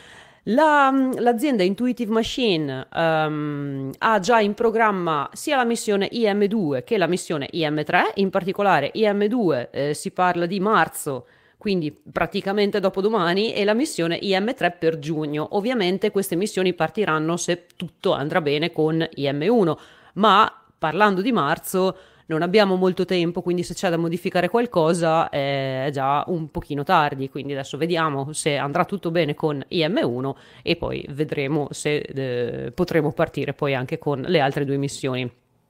La, l'azienda Intuitive Machine um, ha già in programma sia la missione I M due che la missione I M tre, in particolare I M due eh, si parla di marzo, quindi praticamente dopodomani, e la missione I M tre per giugno. Ovviamente queste missioni partiranno se tutto andrà bene con I M uno, ma parlando di marzo non abbiamo molto tempo, quindi se c'è da modificare qualcosa è già un pochino tardi, quindi adesso vediamo se andrà tutto bene con I M uno e poi vedremo se eh, potremo partire poi anche con le altre due missioni.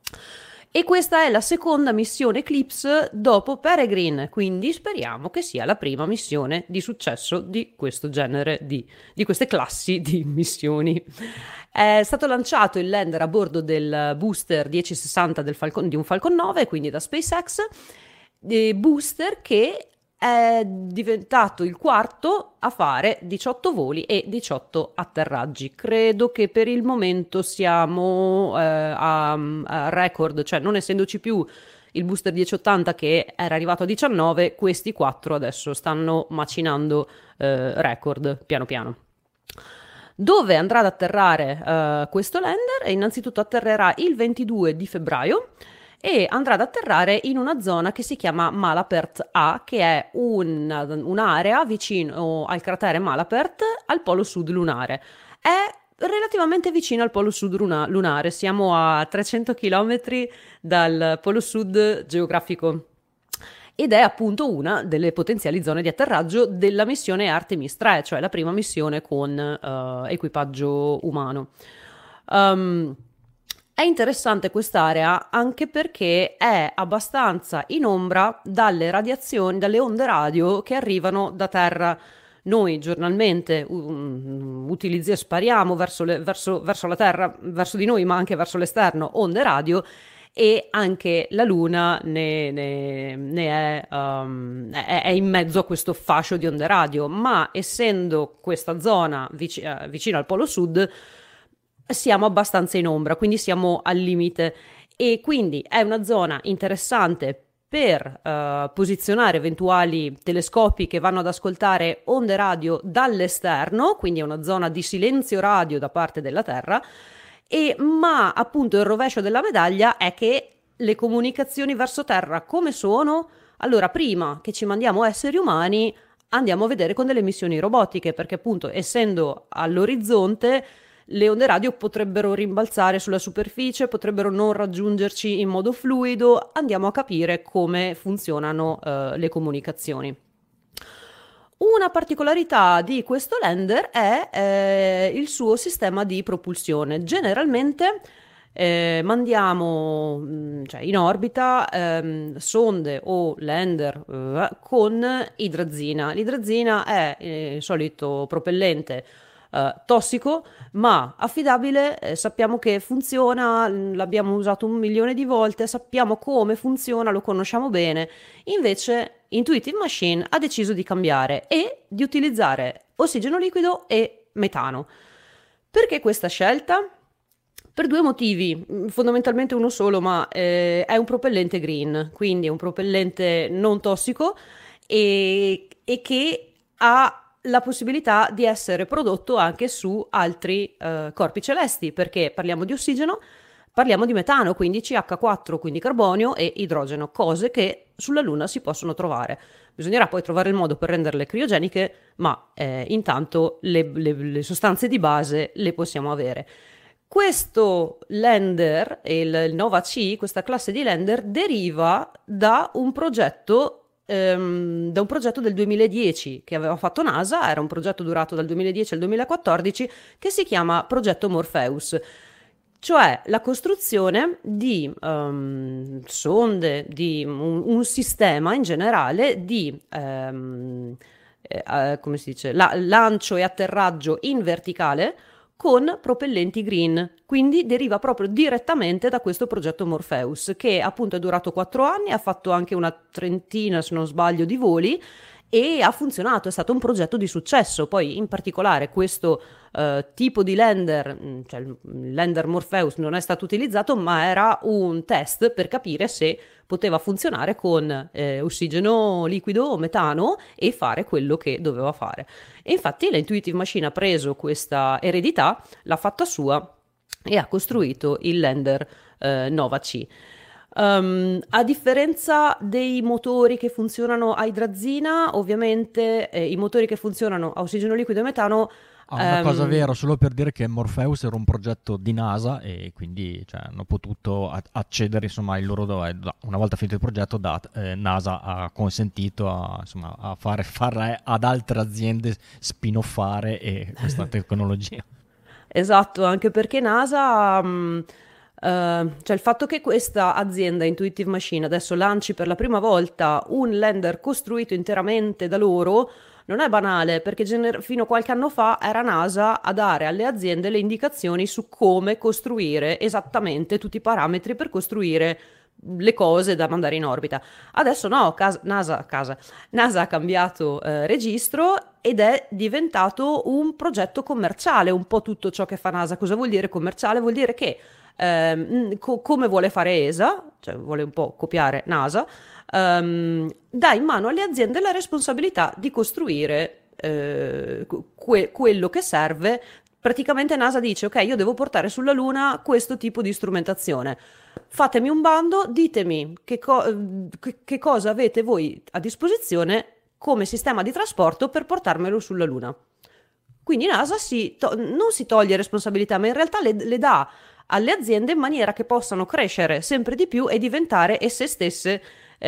E questa è la seconda missione Eclipse dopo Peregrine, quindi speriamo che sia la prima missione di successo di questo genere, di, di queste classi di missioni. È stato lanciato il lander a bordo del booster dieci sessanta del Falcon, di un Falcon nove, quindi da SpaceX, eh, booster che è diventato il quarto a fare diciotto voli e diciotto atterraggi. Credo che per il momento siamo eh, a, a record, cioè non essendoci più il booster dieci ottanta che era arrivato a diciannove, questi quattro adesso stanno macinando eh, record piano piano. Dove andrà ad atterrare uh, questo lander? Innanzitutto atterrerà il ventidue di febbraio e andrà ad atterrare in una zona che si chiama Malapert A, che è un, un'area vicino al cratere Malapert al polo sud lunare. È relativamente vicino al polo sud luna- lunare, siamo a trecento chilometri dal polo sud geografico. Ed è appunto una delle potenziali zone di atterraggio della missione Artemis tre, cioè la prima missione con uh, equipaggio umano. Um, è interessante quest'area anche perché è abbastanza in ombra dalle radiazioni, dalle onde radio che arrivano da Terra. Noi giornalmente um, utilizziamo, spariamo verso, le, verso, verso la Terra, verso di noi, ma anche verso l'esterno, onde radio, e anche la Luna ne, ne, ne è, um, è, è in mezzo a questo fascio di onde radio, ma essendo questa zona vic- eh, vicino al polo sud siamo abbastanza in ombra, quindi siamo al limite, e quindi è una zona interessante per uh, posizionare eventuali telescopi che vanno ad ascoltare onde radio dall'esterno, quindi è una zona di silenzio radio da parte della Terra. E, ma appunto il rovescio della medaglia è che le comunicazioni verso terra come sono? Allora, prima che ci mandiamo esseri umani andiamo a vedere con delle missioni robotiche, perché appunto essendo all'orizzonte le onde radio potrebbero rimbalzare sulla superficie, potrebbero non raggiungerci in modo fluido, andiamo a capire come funzionano uh, le comunicazioni. Una particolarità di questo lander è eh, il suo sistema di propulsione. Generalmente eh, mandiamo mh, cioè in orbita ehm, sonde o lander eh, con idrazina. L'idrazina è eh, il solito propellente eh, tossico ma affidabile, eh, sappiamo che funziona, l'abbiamo usato un milione di volte, sappiamo come funziona, lo conosciamo bene. Invece Intuitive Machine ha deciso di cambiare e di utilizzare ossigeno liquido e metano. Perché questa scelta? Per due motivi, fondamentalmente uno solo, ma eh, è un propellente green, quindi è un propellente non tossico e, e che ha la possibilità di essere prodotto anche su altri eh, corpi celesti, perché parliamo di ossigeno, parliamo di metano, quindi C H quattro, quindi carbonio e idrogeno, cose che sulla Luna si possono trovare. Bisognerà poi trovare il modo per renderle criogeniche, ma eh, intanto le, le, le sostanze di base le possiamo avere. Questo lander, il Nova C, questa classe di lander, deriva da un progetto, ehm, da un progetto del duemiladieci che aveva fatto NASA, era un progetto durato dal duemiladieci al duemilaquattordici, che si chiama Progetto Morpheus, cioè la costruzione di um, sonde, di un, un sistema in generale di um, eh, come si dice, la, lancio e atterraggio in verticale con propellenti green, quindi deriva proprio direttamente da questo progetto Morpheus, che appunto è durato quattro anni, ha fatto anche una trentina, se non sbaglio, di voli e ha funzionato, è stato un progetto di successo. Poi in particolare questo uh, tipo di lander, cioè il lander Morpheus non è stato utilizzato, ma era un test per capire se poteva funzionare con eh, ossigeno liquido o metano e fare quello che doveva fare. E infatti la Intuitive Machine ha preso questa eredità, l'ha fatta sua e ha costruito il lander eh, Nova C. Um, a differenza dei motori che funzionano a idrazina, ovviamente eh, i motori che funzionano a ossigeno liquido e metano. Ah, una um, cosa vera, solo per dire che Morpheus era un progetto di NASA e quindi cioè, hanno potuto a- accedere insomma ai loro dove una volta finito il progetto da, eh, NASA ha consentito a, insomma, a fare, fare ad altre aziende spin-offare e questa tecnologia. Esatto, anche perché NASA um, uh, cioè il fatto che questa azienda Intuitive Machine adesso lanci per la prima volta un lander costruito interamente da loro non è banale, perché gener- fino a qualche anno fa era NASA a dare alle aziende le indicazioni su come costruire esattamente tutti i parametri per costruire le cose da mandare in orbita. Adesso no, casa, NASA, casa, NASA ha cambiato eh, registro ed è diventato un progetto commerciale, un po' tutto ciò che fa NASA. Cosa vuol dire commerciale? Vuol dire che ehm, co- come vuole fare E S A, cioè vuole un po' copiare NASA, Um, dà in mano alle aziende la responsabilità di costruire eh, que- quello che serve. Praticamente NASA dice: ok, io devo portare sulla Luna questo tipo di strumentazione, fatemi un bando, ditemi che, co- che, che cosa avete voi a disposizione come sistema di trasporto per portarmelo sulla Luna. Quindi NASA si to- non si toglie responsabilità, ma in realtà le, le dà alle aziende in maniera che possano crescere sempre di più e diventare esse stesse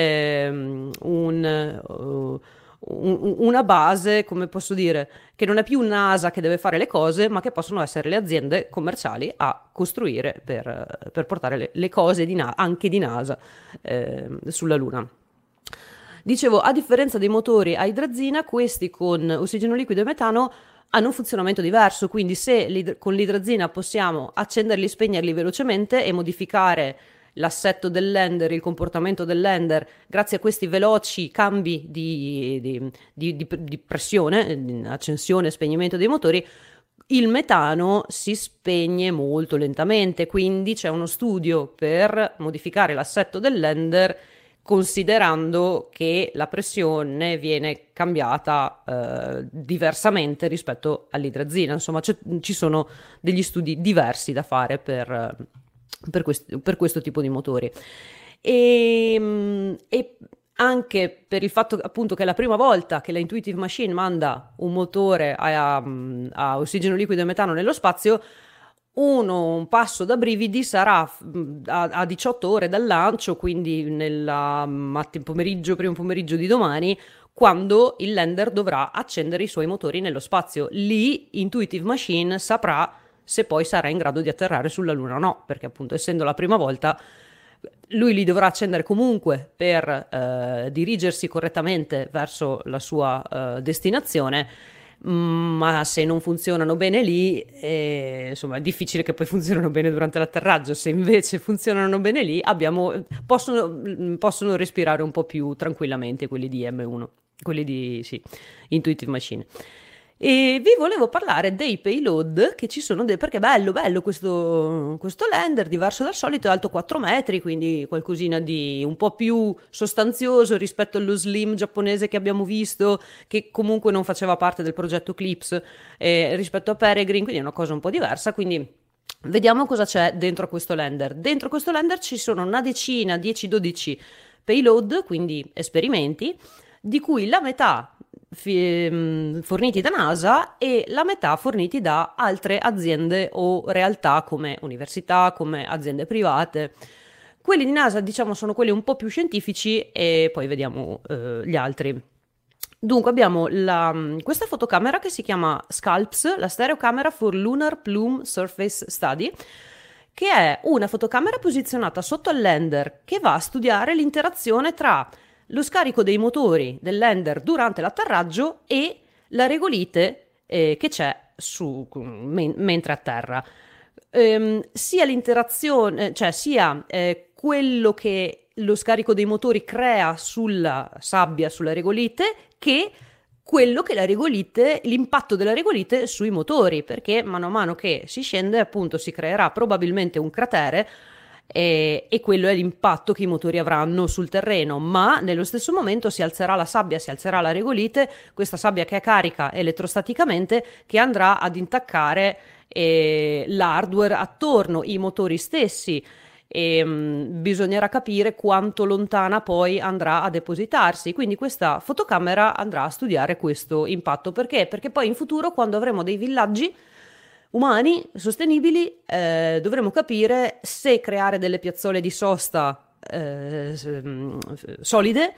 Um, un, uh, un, una base, come posso dire, che non è più NASA che deve fare le cose, ma che possono essere le aziende commerciali a costruire per, per portare le, le cose di na- anche di NASA eh, sulla Luna. Dicevo, a differenza dei motori a idrazina, questi con ossigeno liquido e metano hanno un funzionamento diverso, quindi se l'id- con l'idrazina possiamo accenderli e spegnerli velocemente e modificare l'assetto del lander, il comportamento del lander, grazie a questi veloci cambi di, di, di, di, di pressione, accensione e spegnimento dei motori, il metano si spegne molto lentamente, quindi c'è uno studio per modificare l'assetto del lander considerando che la pressione viene cambiata eh, diversamente rispetto all'idrazina. Insomma, ci sono degli studi diversi da fare per... Per, quest- per questo tipo di motori e, e anche per il fatto appunto che è la prima volta che la Intuitive Machine manda un motore a, a, a ossigeno liquido e metano nello spazio, uno un passo da brividi sarà a, a diciotto ore dal lancio, quindi nel pomeriggio, primo pomeriggio di domani, quando il lander dovrà accendere i suoi motori nello spazio. Lì Intuitive Machine saprà se poi sarà in grado di atterrare sulla Luna o no, perché appunto essendo la prima volta lui li dovrà accendere comunque per eh, dirigersi correttamente verso la sua eh, destinazione, ma se non funzionano bene lì, eh, insomma è difficile che poi funzionino bene durante l'atterraggio. Se invece funzionano bene lì, abbiamo, possono, possono respirare un po' più tranquillamente quelli di M uno, quelli di sì, Intuitive Machine. E vi volevo parlare dei payload che ci sono, de- perché è bello, bello questo, questo lander, diverso dal solito, è alto quattro metri, quindi qualcosina di un po' più sostanzioso rispetto allo slim giapponese che abbiamo visto, che comunque non faceva parte del progetto Eclipse, eh, rispetto a Peregrine, quindi è una cosa un po' diversa, quindi vediamo cosa c'è dentro questo lander. Dentro questo lander ci sono una decina, dieci dodici payload, quindi esperimenti, di cui la metà fi- forniti da NASA e la metà forniti da altre aziende o realtà come università, come aziende private. Quelli di NASA, diciamo, sono quelli un po' più scientifici e poi vediamo eh, gli altri. Dunque abbiamo la, questa fotocamera che si chiama SCALPS, la Stereocamera for Lunar Plume Surface Study, che è una fotocamera posizionata sotto al lander che va a studiare l'interazione tra lo scarico dei motori del lander durante l'atterraggio e la regolite eh, che c'è su, men- mentre atterra. Ehm, sia l'interazione, cioè sia eh, quello che lo scarico dei motori crea sulla sabbia, sulla regolite, che quello che la regolite, l'impatto della regolite sui motori, perché mano a mano che si scende, appunto, si creerà probabilmente un cratere e, e quello è l'impatto che i motori avranno sul terreno, ma nello stesso momento si alzerà la sabbia, si alzerà la regolite, questa sabbia che è carica elettrostaticamente, che andrà ad intaccare eh, l'hardware attorno, i motori stessi. E mh, bisognerà capire quanto lontana poi andrà a depositarsi, quindi questa fotocamera andrà a studiare questo impatto. Perché? Perché poi in futuro, quando avremo dei villaggi umani sostenibili, eh, dovremo capire se creare delle piazzole di sosta eh, solide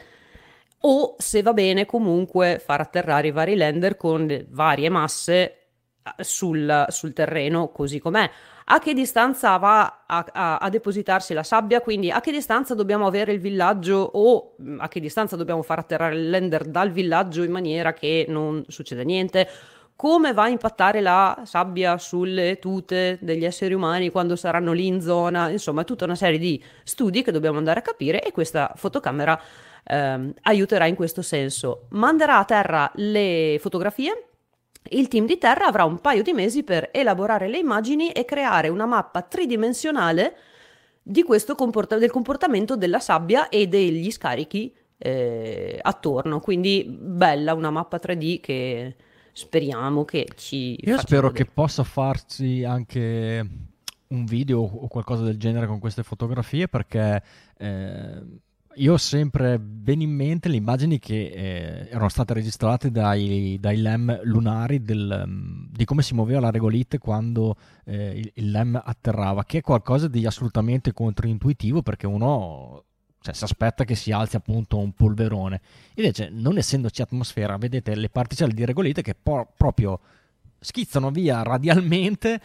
o se va bene comunque far atterrare i vari lander con le varie masse sul, sul terreno così com'è. A che distanza va a, a, a depositarsi la sabbia, quindi a che distanza dobbiamo avere il villaggio o a che distanza dobbiamo far atterrare il lander dal villaggio in maniera che non succeda niente, come va a impattare la sabbia sulle tute degli esseri umani quando saranno lì in zona, insomma tutta una serie di studi che dobbiamo andare a capire e questa fotocamera ehm, aiuterà in questo senso. Manderà a terra le fotografie. Il team di terra avrà un paio di mesi per elaborare le immagini e creare una mappa tridimensionale di questo comport- del comportamento della sabbia e degli scarichi eh, attorno. Quindi bella una mappa tre D che speriamo che ci Io faccia spero vedere. che possa farsi anche un video o qualcosa del genere con queste fotografie, perché eh, io ho sempre ben in mente le immagini che eh, erano state registrate dai, dai L E M lunari del, um, di come si muoveva la regolite quando eh, il, il L E M atterrava, che è qualcosa di assolutamente controintuitivo, perché uno cioè, si aspetta che si alzi appunto un polverone. Invece, non essendoci atmosfera, vedete le particelle di regolite che po- proprio schizzano via radialmente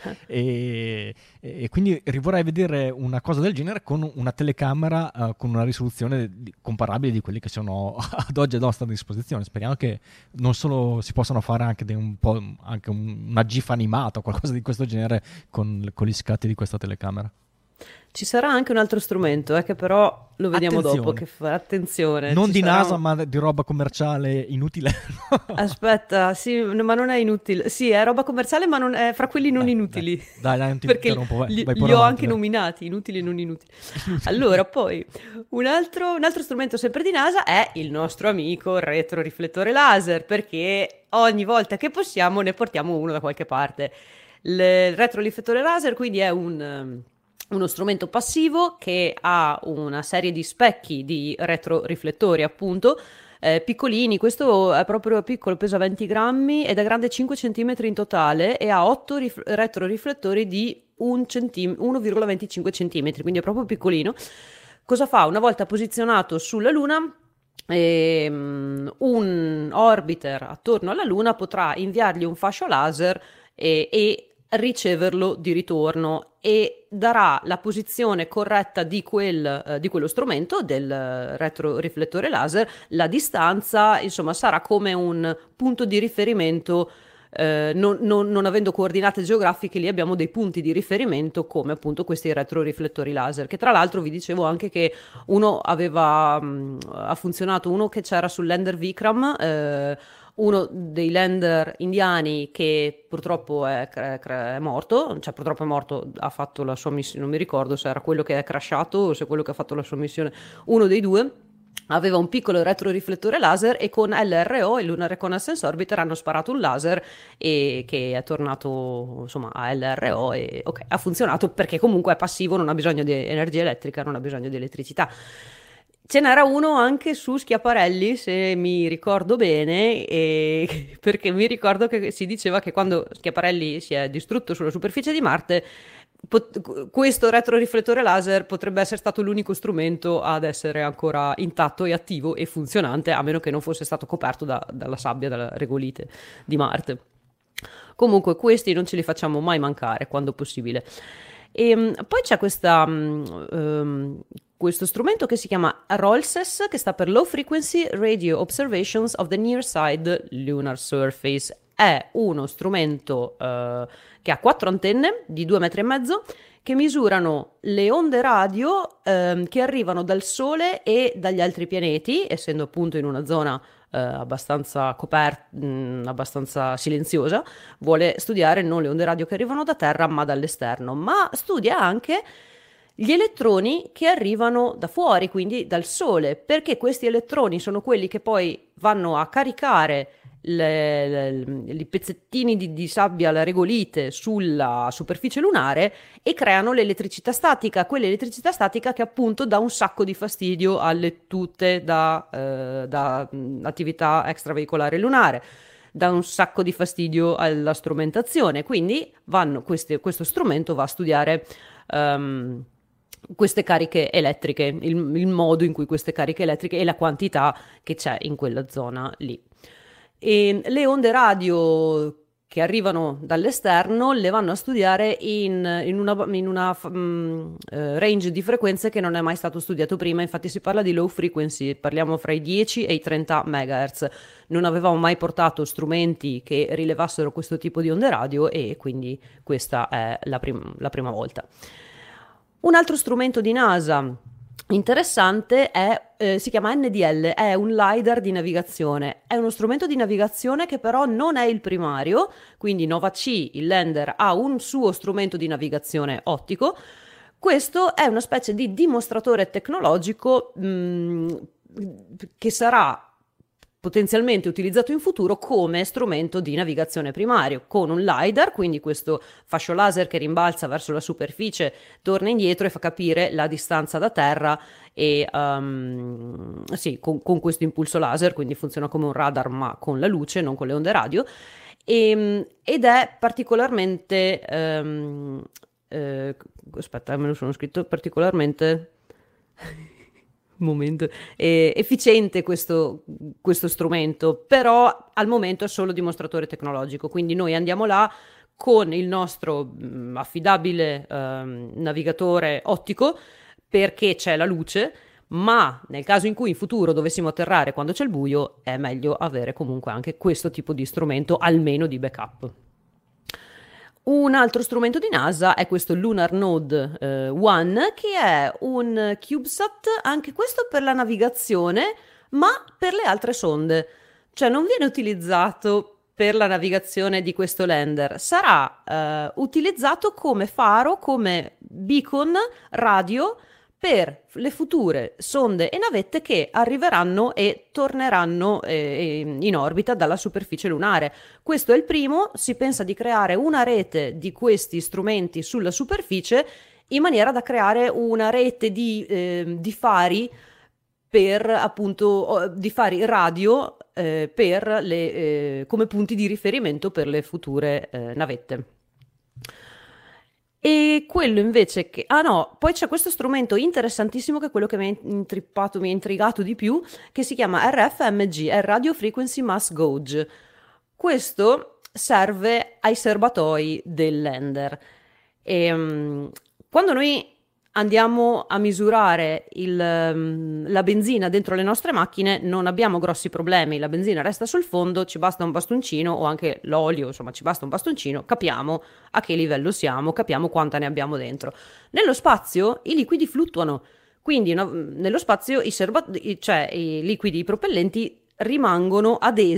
e, e quindi vorrei vedere una cosa del genere con una telecamera uh, con una risoluzione di, comparabile di quelli che sono ad oggi a nostra disposizione. Speriamo che non solo si possano fare anche de un po' anche un, una GIF animata o qualcosa di questo genere con, con gli scatti di questa telecamera. Ci sarà anche un altro strumento, eh, che però lo vediamo Attenzione. dopo. Che fa attenzione. Non ci di sarà NASA, un- ma di roba commerciale inutile. Aspetta, sì, ma non è inutile. Sì, è roba commerciale, ma non è fra quelli non Dai, inutili. Dai, dai, non ti Perché interrompo, vai, li, vai li pure ho avanti, anche dai. nominati, inutili e non inutili. Allora, poi, un altro, un altro strumento sempre di NASA è il nostro amico retroriflettore laser, perché ogni volta che possiamo ne portiamo uno da qualche parte. Il retroriflettore laser quindi è un... um, uno strumento passivo che ha una serie di specchi di retroriflettori, appunto, eh, piccolini. Questo è proprio piccolo, pesa venti grammi ed è grande cinque centimetri in totale e ha otto rif- retroriflettori di un centim- uno virgola venticinque centimetri, quindi è proprio piccolino. Cosa fa? Una volta posizionato sulla Luna, ehm, un orbiter attorno alla Luna potrà inviargli un fascio laser e, e riceverlo di ritorno e darà la posizione corretta di, quel, eh, di quello strumento, del retroriflettore laser, la distanza, insomma sarà come un punto di riferimento. Eh, non, non, non avendo coordinate geografiche, lì abbiamo dei punti di riferimento come appunto questi retroriflettori laser, che tra l'altro vi dicevo anche che uno aveva mh, ha funzionato, uno che c'era sul lander Vikram, eh, uno dei lander indiani che purtroppo è, è morto, cioè purtroppo è morto, ha fatto la sua missione, non mi ricordo se era quello che è crashato o se quello che ha fatto la sua missione, uno dei due. Aveva un piccolo retroriflettore laser e con L R O, il Lunar Reconnaissance Orbiter, hanno sparato un laser e che è tornato insomma a L R O e ok, ha funzionato perché comunque è passivo, non ha bisogno di energia elettrica, non ha bisogno di elettricità. Ce n'era uno anche su Schiaparelli, se mi ricordo bene, e perché mi ricordo che si diceva che quando Schiaparelli si è distrutto sulla superficie di Marte, Pot- questo retroriflettore laser potrebbe essere stato l'unico strumento ad essere ancora intatto e attivo e funzionante, a meno che non fosse stato coperto da, dalla sabbia, dalla regolite di Marte. Comunque questi non ce li facciamo mai mancare quando possibile. E um, poi c'è questa, um, questo strumento che si chiama ROLSES, che sta per Low Frequency Radio Observations of the Near Side Lunar Surface. È uno strumento uh, che ha quattro antenne di due metri e mezzo che misurano le onde radio um, che arrivano dal Sole e dagli altri pianeti, essendo appunto in una zona uh, abbastanza coperta, mh, abbastanza silenziosa. Vuole studiare non le onde radio che arrivano da Terra ma dall'esterno, ma studia anche gli elettroni che arrivano da fuori, quindi dal Sole, perché questi elettroni sono quelli che poi vanno a caricare Le, le, i pezzettini di, di sabbia alla regolite sulla superficie lunare e creano l'elettricità statica, quell'elettricità statica che appunto dà un sacco di fastidio alle tute da, eh, da mh, attività extraveicolare lunare, dà un sacco di fastidio alla strumentazione, quindi vanno, queste, questo strumento va a studiare um, queste cariche elettriche, il, il modo in cui queste cariche elettriche e la quantità che c'è in quella zona lì. E le onde radio che arrivano dall'esterno le vanno a studiare in, in una, in una um, uh, range di frequenze che non è mai stato studiato prima. Infatti si parla di low frequency, parliamo fra i dieci e i trenta megahertz. Non avevamo mai portato strumenti che rilevassero questo tipo di onde radio e quindi questa è la, prim- la prima volta. Un altro strumento di NASA interessante è, eh, si chiama N D L, è un LiDAR di navigazione, è uno strumento di navigazione che però non è il primario, quindi Nova C, il lander, ha un suo strumento di navigazione ottico. Questo è una specie di dimostratore tecnologico mh, che sarà potenzialmente utilizzato in futuro come strumento di navigazione primario, con un LiDAR, quindi questo fascio laser che rimbalza verso la superficie, torna indietro e fa capire la distanza da terra e um, sì, con, con questo impulso laser, quindi funziona come un radar ma con la luce, non con le onde radio, e, ed è particolarmente um, eh, aspetta, me lo sono scritto particolarmente momento eh, efficiente questo, questo strumento, però al momento è solo dimostratore tecnologico, quindi noi andiamo là con il nostro mh, affidabile eh, navigatore ottico perché c'è la luce, ma nel caso in cui in futuro dovessimo atterrare quando c'è il buio è meglio avere comunque anche questo tipo di strumento almeno di backup. Un altro strumento di NASA è questo Lunar Node eh, One, che è un CubeSat, anche questo per la navigazione, ma per le altre sonde. Cioè non viene utilizzato per la navigazione di questo lander, sarà eh, utilizzato come faro, come beacon radio per le future sonde e navette che arriveranno e torneranno eh, in orbita dalla superficie lunare. Questo è il primo, si pensa di creare una rete di questi strumenti sulla superficie in maniera da creare una rete di, eh, di fari per appunto di fari radio eh, per le, eh, come punti di riferimento per le future eh, navette. E quello invece che... Ah no, poi c'è questo strumento interessantissimo che è quello che mi ha intrippato, mi ha intrigato di più, che si chiama R F M G, è Radio Frequency Mass Gauge. Questo serve ai serbatoi del lander. E, um, quando noi andiamo a misurare il, um, la benzina dentro le nostre macchine non abbiamo grossi problemi, la benzina resta sul fondo, ci basta un bastoncino o anche l'olio, insomma ci basta un bastoncino, capiamo a che livello siamo, capiamo quanta ne abbiamo dentro. Nello spazio i liquidi fluttuano, quindi no, nello spazio i, serba- cioè, i liquidi, i propellenti rimangono adesi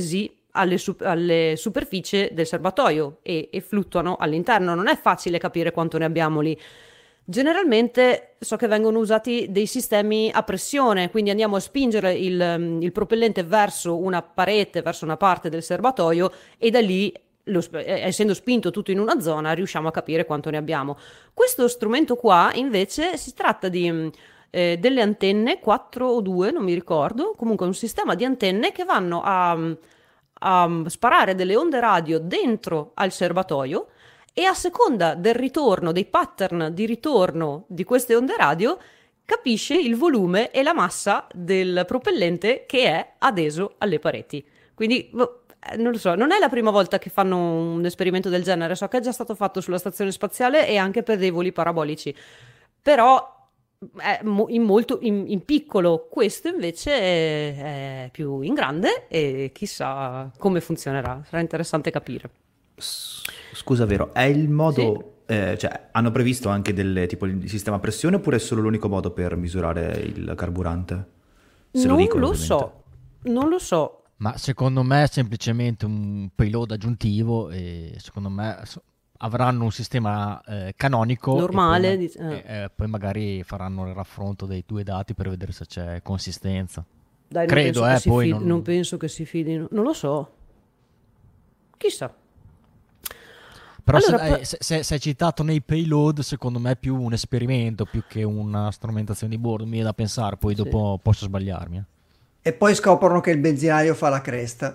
alle, su- alle superfici del serbatoio e, e fluttuano all'interno. Non è facile capire quanto ne abbiamo lì. Generalmente so che vengono usati dei sistemi a pressione, quindi andiamo a spingere il, il propellente verso una parete, verso una parte del serbatoio, e da lì, lo, essendo spinto tutto in una zona, riusciamo a capire quanto ne abbiamo. Questo strumento qua invece si tratta di eh, delle antenne, quattro o due, non mi ricordo, comunque un sistema di antenne che vanno a, a sparare delle onde radio dentro al serbatoio, e a seconda del ritorno, dei pattern di ritorno di queste onde radio, capisce il volume e la massa del propellente che è adeso alle pareti. Quindi, non lo so, non è la prima volta che fanno un esperimento del genere, so che è già stato fatto sulla stazione spaziale e anche per dei voli parabolici, però è in molto in, in piccolo. Questo invece è, è più in grande e chissà come funzionerà, sarà interessante capire. Scusa, vero, è il modo, sì. eh, cioè hanno previsto anche del tipo il sistema a pressione oppure è solo l'unico modo per misurare il carburante? Se non lo dicono, lo ovviamente. so, non lo so. Ma secondo me è semplicemente un payload aggiuntivo e secondo me so- avranno un sistema eh, canonico Normale, e poi, dic- eh. e, eh, poi magari faranno il raffronto dei due dati per vedere se c'è consistenza. Dai, non Credo, penso che eh, si poi fid- non... non penso che si fidino, non lo so. Chissà. Però Allora, se, poi- eh, se, se- se è citato nei payload, secondo me è più un esperimento più che una strumentazione di bordo. Mi è da pensare, poi Sì. dopo posso sbagliarmi. eh. E poi scoprono che il benzinaio fa la cresta.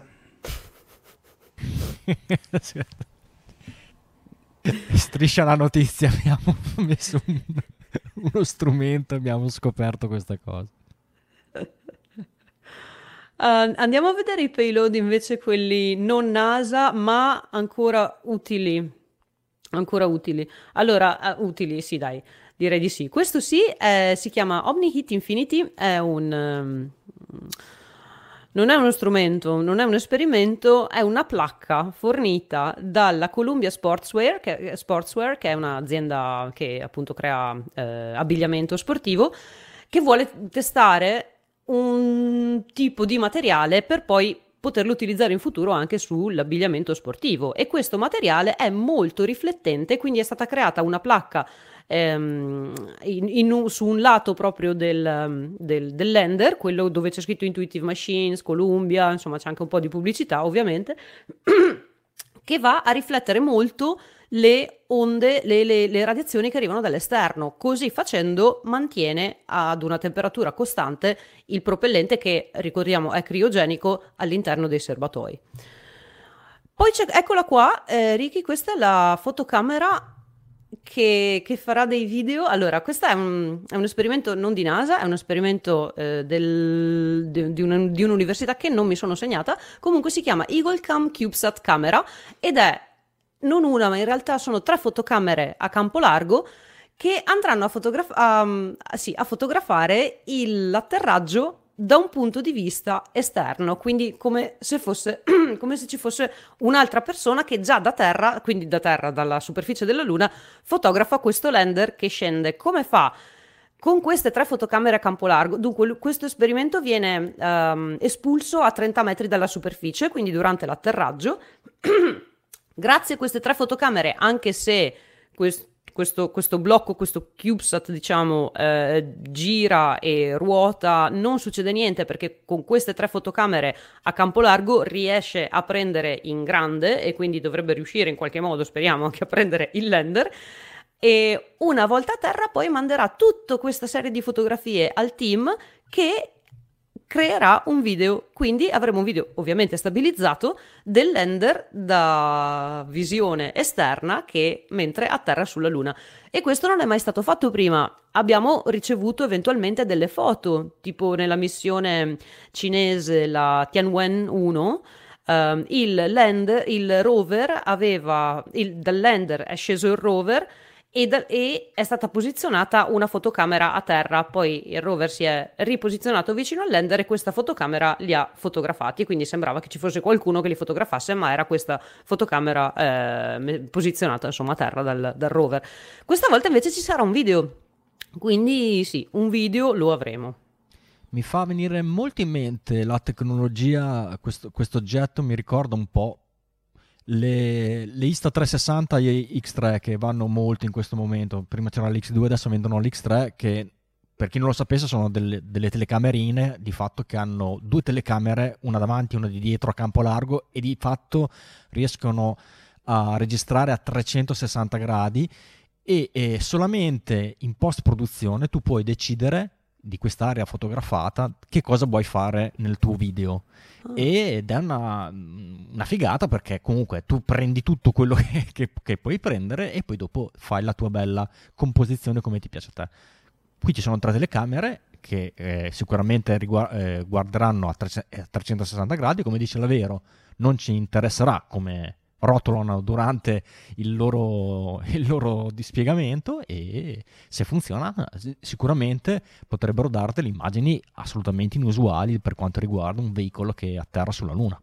Striscia la notizia, abbiamo messo un- uno strumento e abbiamo scoperto questa cosa. Uh, andiamo a vedere i payload invece, quelli non NASA, ma ancora utili. Ancora utili. Allora, uh, utili, sì, dai, direi di sì. Questo sì, eh, si chiama OmniHeat Infinity, è un... um, non è uno strumento, non è un esperimento, è una placca fornita dalla Columbia Sportswear, che, Sportswear, che è un'azienda che appunto crea eh, abbigliamento sportivo, che vuole testare un tipo di materiale per poi poterlo utilizzare in futuro anche sull'abbigliamento sportivo, e questo materiale è molto riflettente, quindi è stata creata una placca ehm, in, in un, su un lato proprio del, del, del lender, quello dove c'è scritto Intuitive Machines, Columbia, insomma c'è anche un po' di pubblicità ovviamente, che va a riflettere molto le onde, le, le, le radiazioni che arrivano dall'esterno. Così facendo mantiene ad una temperatura costante il propellente, che ricordiamo è criogenico, all'interno dei serbatoi. Poi c'è, eccola qua, eh, Ricky, questa è la fotocamera che, che farà dei video. Allora, questo è un, è un esperimento non di NASA, è un esperimento eh, del, di, di, un, di un'università che non mi sono segnata. Comunque si chiama EagleCam CubeSat Camera ed è non una, ma in realtà sono tre fotocamere a campo largo che andranno a, fotograf- a, a, sì, a fotografare il, l'atterraggio da un punto di vista esterno, quindi come se fosse come se ci fosse un'altra persona che già da terra, quindi da terra, dalla superficie della Luna, fotografa questo lander che scende. Come fa? Con queste tre fotocamere a campo largo. Dunque, questo esperimento viene um, espulso a trenta metri dalla superficie, quindi durante l'atterraggio. Grazie a queste tre fotocamere, anche se quest- questo, questo blocco, questo CubeSat, diciamo, eh, gira e ruota, non succede niente, perché con queste tre fotocamere a campo largo riesce a prendere in grande, e quindi dovrebbe riuscire in qualche modo, speriamo, anche a prendere il lander. E una volta a terra poi manderà tutta questa serie di fotografie al team, che creerà un video, quindi avremo un video ovviamente stabilizzato del lander da visione esterna che mentre atterra sulla Luna. E questo non è mai stato fatto prima. Abbiamo ricevuto eventualmente delle foto, tipo nella missione cinese, la Tianwen uno, um, il land, il rover aveva, il, dal lander è sceso il rover, E, da, e è stata posizionata una fotocamera a terra. Poi il rover si è riposizionato vicino al lander e questa fotocamera li ha fotografati, quindi sembrava che ci fosse qualcuno che li fotografasse, ma era questa fotocamera eh, posizionata insomma a terra dal, dal rover. Questa volta invece ci sarà un video, quindi sì, un video lo avremo. Mi fa venire molto in mente la tecnologia, questo, questo oggetto mi ricorda un po' le, le Insta trecentosessanta e X tre che vanno molto in questo momento. Prima c'era l'X due, adesso vendono l'X tre, che per chi non lo sapesse sono delle, delle telecamerine di fatto che hanno due telecamere, una davanti e una di dietro a campo largo, e di fatto riescono a registrare a trecentosessanta gradi e, e solamente in post produzione tu puoi decidere di quest'area fotografata che cosa vuoi fare nel tuo video. Oh. Ed è una, una figata, perché comunque tu prendi tutto quello che, che, che puoi prendere e poi dopo fai la tua bella composizione come ti piace a te. Qui ci sono tre telecamere che eh, sicuramente riguard- eh, guarderanno a, tre- a trecentosessanta gradi, come dice Lavero, non ci interesserà come rotolano durante il loro, il loro dispiegamento, e se funziona sicuramente potrebbero dare delle immagini assolutamente inusuali per quanto riguarda un veicolo che atterra sulla Luna.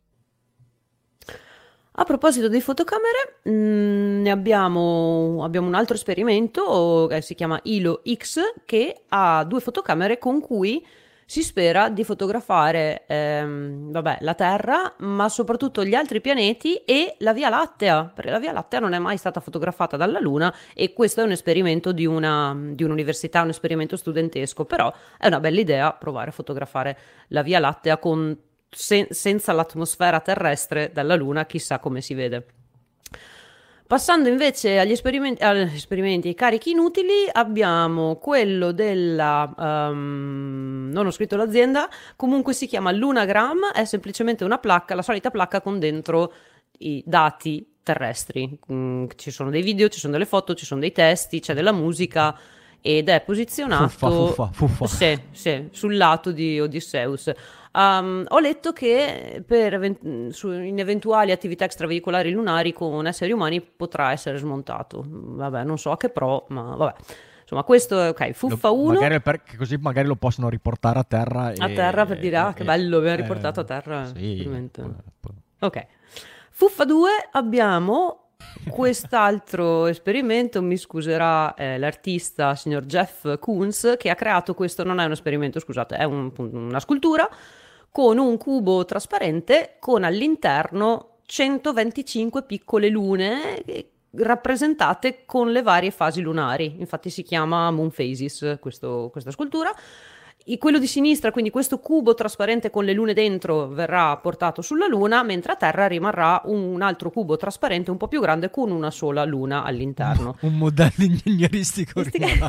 A proposito di fotocamere, mh, ne abbiamo, abbiamo un altro esperimento che si chiama Hilo X, che ha due fotocamere con cui si spera di fotografare ehm, vabbè, la Terra, ma soprattutto gli altri pianeti e la Via Lattea, perché la Via Lattea non è mai stata fotografata dalla Luna, e questo è un esperimento di, una, di un'università, un esperimento studentesco, però è una bella idea provare a fotografare la Via Lattea con, sen- senza l'atmosfera terrestre dalla Luna, chissà come si vede. Passando invece agli esperimenti, agli esperimenti, ai carichi inutili, abbiamo quello della, um, non ho scritto l'azienda, comunque si chiama Lunagram, è semplicemente una placca, la solita placca con dentro i dati terrestri. Mm, ci sono dei video, ci sono delle foto, ci sono dei testi, c'è della musica, ed è posizionato fuffa, fuffa, fuffa. Sì, sì, sul lato di Odysseus. Um, ho letto che per event- su, in eventuali attività extraveicolari lunari con esseri umani potrà essere smontato. Vabbè, non so a che pro, ma vabbè. Insomma, questo è ok. Fuffa uno. Magari perché così magari lo possono riportare a terra. E, a terra per dire, ah, che bello, abbiamo eh, riportato a terra. Sì, ok. Fuffa due abbiamo quest'altro esperimento, mi scuserà eh, l'artista signor Jeff Koons, che ha creato questo, non è un esperimento, scusate, è un, una scultura con un cubo trasparente con all'interno centoventicinque piccole lune rappresentate con le varie fasi lunari. Infatti si chiama Moon Phases questo, questa scultura. E quello di sinistra, quindi questo cubo trasparente con le lune dentro, verrà portato sulla Luna, mentre a terra rimarrà un altro cubo trasparente un po' più grande con una sola luna all'interno. Un modello ingegneristico rinnovato.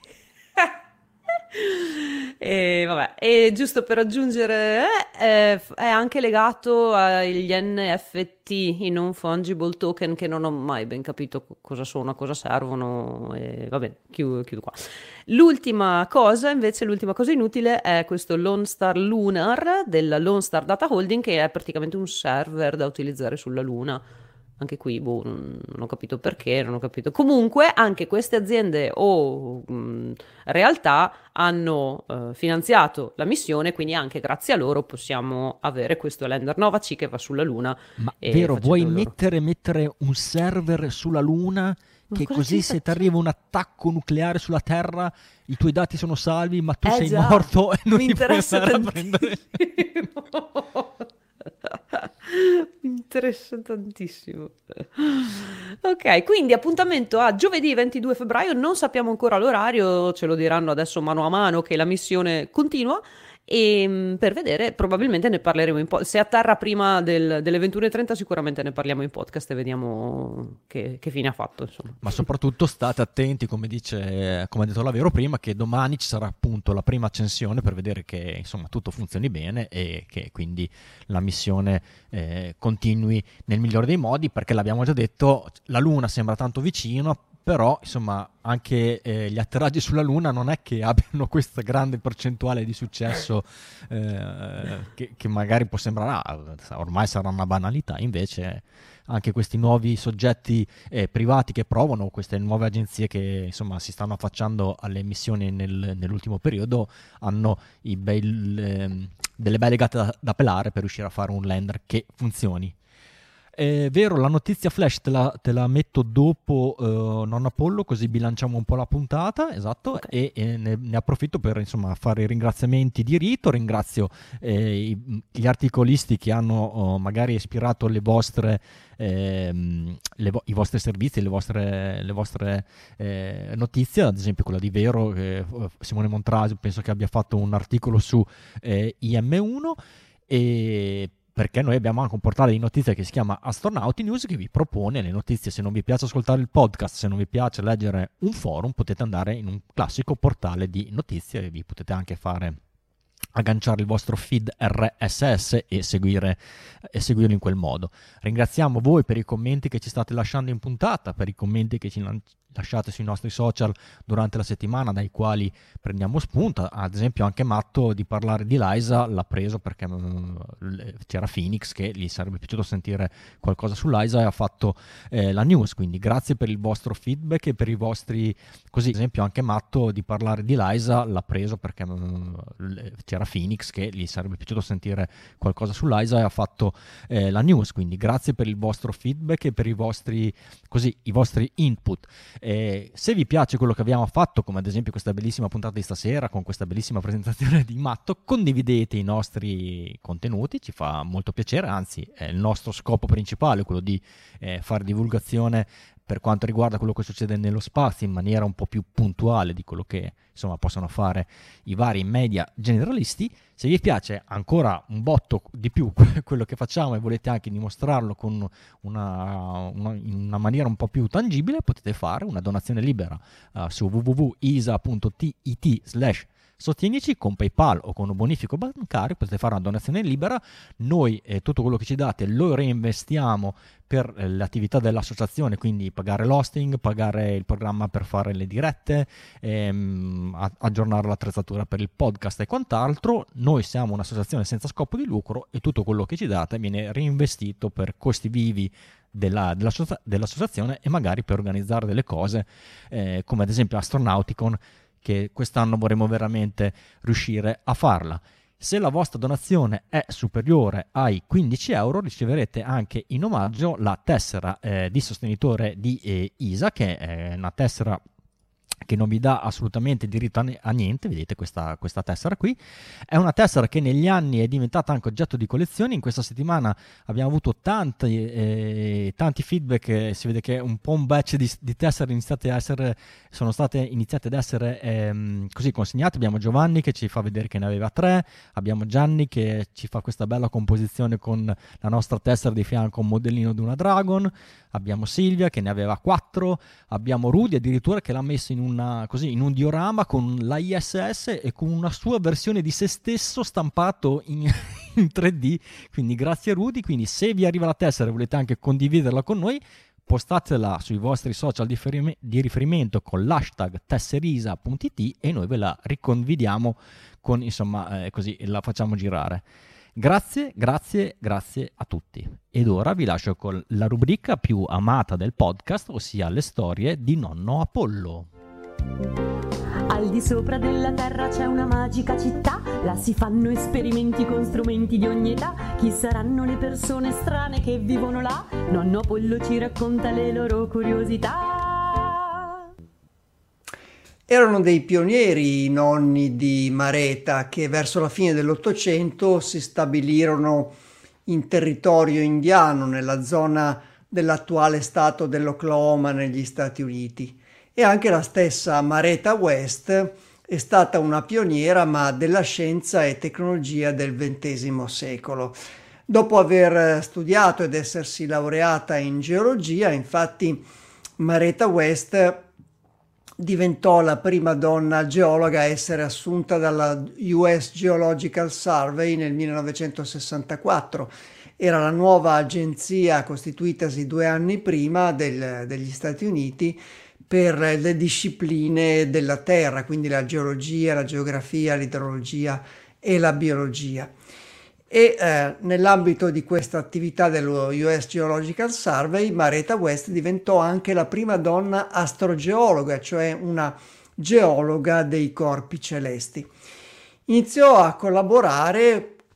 E vabbè, e giusto per aggiungere, eh, è anche legato agli N F T, i non fungible token, che non ho mai ben capito cosa sono, a cosa servono, e va bene, chiudo, chiudo qua. L'ultima cosa, invece, l'ultima cosa inutile è questo Lone Star Lunar della Lone Star Data Holding, che è praticamente un server da utilizzare sulla Luna. Anche qui, boh, non, non ho capito perché, non ho capito. Comunque, anche queste aziende o mh, realtà hanno uh, finanziato la missione, quindi anche grazie a loro possiamo avere questo lander Novaci che va sulla Luna. Ma vero, vuoi mettere, mettere un server sulla Luna? Che così se ti arriva un attacco nucleare sulla Terra, i tuoi dati sono salvi, ma tu eh sei già, morto e non mi li puoi interessa andare a prendere. Mi interessa tantissimo. Ok, quindi appuntamento a giovedì ventidue febbraio, non sappiamo ancora l'orario, ce lo diranno adesso mano a mano che la missione continua, e per vedere, probabilmente ne parleremo in podcast. Se atterra prima del, delle ventuno e trenta sicuramente ne parliamo in podcast e vediamo che, che fine ha fatto, insomma. Ma soprattutto state attenti, come dice, come ha detto Lavero prima, che domani ci sarà appunto la prima accensione per vedere che insomma tutto funzioni bene e che quindi la missione eh, continui nel migliore dei modi, perché l'abbiamo già detto, la Luna sembra tanto vicino, però insomma anche eh, gli atterraggi sulla Luna non è che abbiano questa grande percentuale di successo eh, che, che magari può sembrare, ah, ormai sarà una banalità, invece anche questi nuovi soggetti eh, privati che provano, queste nuove agenzie che insomma si stanno affacciando alle missioni nel, nell'ultimo periodo, hanno i bei, eh, delle belle gatte da, da pelare per riuscire a fare un lander che funzioni. È vero, la notizia flash te la, te la metto dopo uh, Non Apollo, così bilanciamo un po' la puntata, esatto, Okay. e, e ne, ne approfitto per insomma fare i ringraziamenti di rito. Ringrazio eh, i- gli articolisti che hanno oh, magari ispirato le vostre, ehm, le vo- i vostri servizi, le vostre, le vostre eh, notizie, ad esempio quella di Vero, eh, Simone Montrasio penso che abbia fatto un articolo su eh, I M uno, e perché noi abbiamo anche un portale di notizie che si chiama Astronauti News, che vi propone le notizie. Se non vi piace ascoltare il podcast, se non vi piace leggere un forum, potete andare in un classico portale di notizie e vi potete anche fare agganciare il vostro feed R S S e seguire e seguirlo in quel modo. Ringraziamo voi per i commenti che ci state lasciando in puntata, per i commenti che ci lan- lasciate sui nostri social durante la settimana, dai quali prendiamo spunto. Ad esempio anche Matto di parlare di Liza l'ha preso perché mm, l- c'era Phoenix che gli sarebbe piaciuto sentire qualcosa su Liza e ha fatto eh, la news, quindi grazie per il vostro feedback e per i vostri, così ad esempio anche Matto di parlare di Liza l'ha preso perché mm, l- c'era Phoenix che gli sarebbe piaciuto sentire qualcosa su Liza e ha fatto eh, la news, quindi grazie per il vostro feedback e per i vostri, così, i vostri input. Eh, se vi piace quello che abbiamo fatto, come ad esempio questa bellissima puntata di stasera con questa bellissima presentazione di Matto, condividete i nostri contenuti, ci fa molto piacere, anzi è il nostro scopo principale, quello di eh, fare divulgazione per quanto riguarda quello che succede nello spazio in maniera un po' più puntuale di quello che insomma possono fare i vari media generalisti. Se vi piace ancora un botto di più quello che facciamo e volete anche dimostrarlo con una, una, in una maniera un po' più tangibile, potete fare una donazione libera uh, su w w w punto i s a punto t i t slash sostienici con PayPal o con un bonifico bancario. Potete fare una donazione libera, noi eh, tutto quello che ci date lo reinvestiamo per eh, le attività dell'associazione, quindi pagare l'hosting, pagare il programma per fare le dirette, ehm, a- aggiornare l'attrezzatura per il podcast e quant'altro. Noi siamo un'associazione senza scopo di lucro e tutto quello che ci date viene reinvestito per costi vivi della, dell'associa- dell'associazione e magari per organizzare delle cose eh, come ad esempio Astronauticon, che quest'anno vorremmo veramente riuscire a farla. Se la vostra donazione è superiore ai quindici euro, riceverete anche in omaggio la tessera eh, di sostenitore di eh, I S A, che è una tessera che non vi dà assolutamente diritto a, ne- a niente. Vedete questa, questa tessera qui, è una tessera che negli anni è diventata anche oggetto di collezione. In questa settimana abbiamo avuto tanti, eh, tanti feedback, eh, si vede che un po' un batch di, di tessere iniziate a essere, sono state iniziate ad essere ehm, così consegnate. Abbiamo Giovanni che ci fa vedere che ne aveva tre, abbiamo Gianni che ci fa questa bella composizione con la nostra tessera di fianco, un modellino di una Dragon, abbiamo Silvia che ne aveva quattro, abbiamo Rudy addirittura che l'ha messo in, una, così, in un diorama con la I S S e con una sua versione di se stesso stampato in, in tre D, quindi grazie a Rudy. Quindi se vi arriva la tessera e volete anche condividerla con noi, postatela sui vostri social di, ferime- di riferimento con l'hashtag tesserisa punto it e noi ve la ricondividiamo con, insomma, eh, così la facciamo girare. Grazie, grazie, grazie a tutti. Ed ora vi lascio con la rubrica più amata del podcast, ossia le storie di nonno Apollo. Al di sopra della terra c'è una magica città, là si fanno esperimenti con strumenti di ogni età. Chi saranno le persone strane che vivono là? Nonno Apollo ci racconta le loro curiosità. Erano dei pionieri i nonni di Mareta che verso la fine dell'Ottocento si stabilirono in territorio indiano, nella zona dell'attuale stato dell'Oklahoma negli Stati Uniti. E anche la stessa Mareta West è stata una pioniera, ma della scienza e tecnologia del ventesimo secolo. Dopo aver studiato ed essersi laureata in geologia, infatti, Mareta West diventò la prima donna geologa a essere assunta dalla U S Geological Survey nel millenovecentosessantaquattro. Era la nuova agenzia costituitasi due anni prima del, degli Stati Uniti per le discipline della Terra, quindi la geologia, la geografia, l'idrologia e la biologia. E eh, nell'ambito di questa attività dello U S Geological Survey, Mareta West diventò anche la prima donna astrogeologa, cioè una geologa dei corpi celesti. Iniziò a collaborare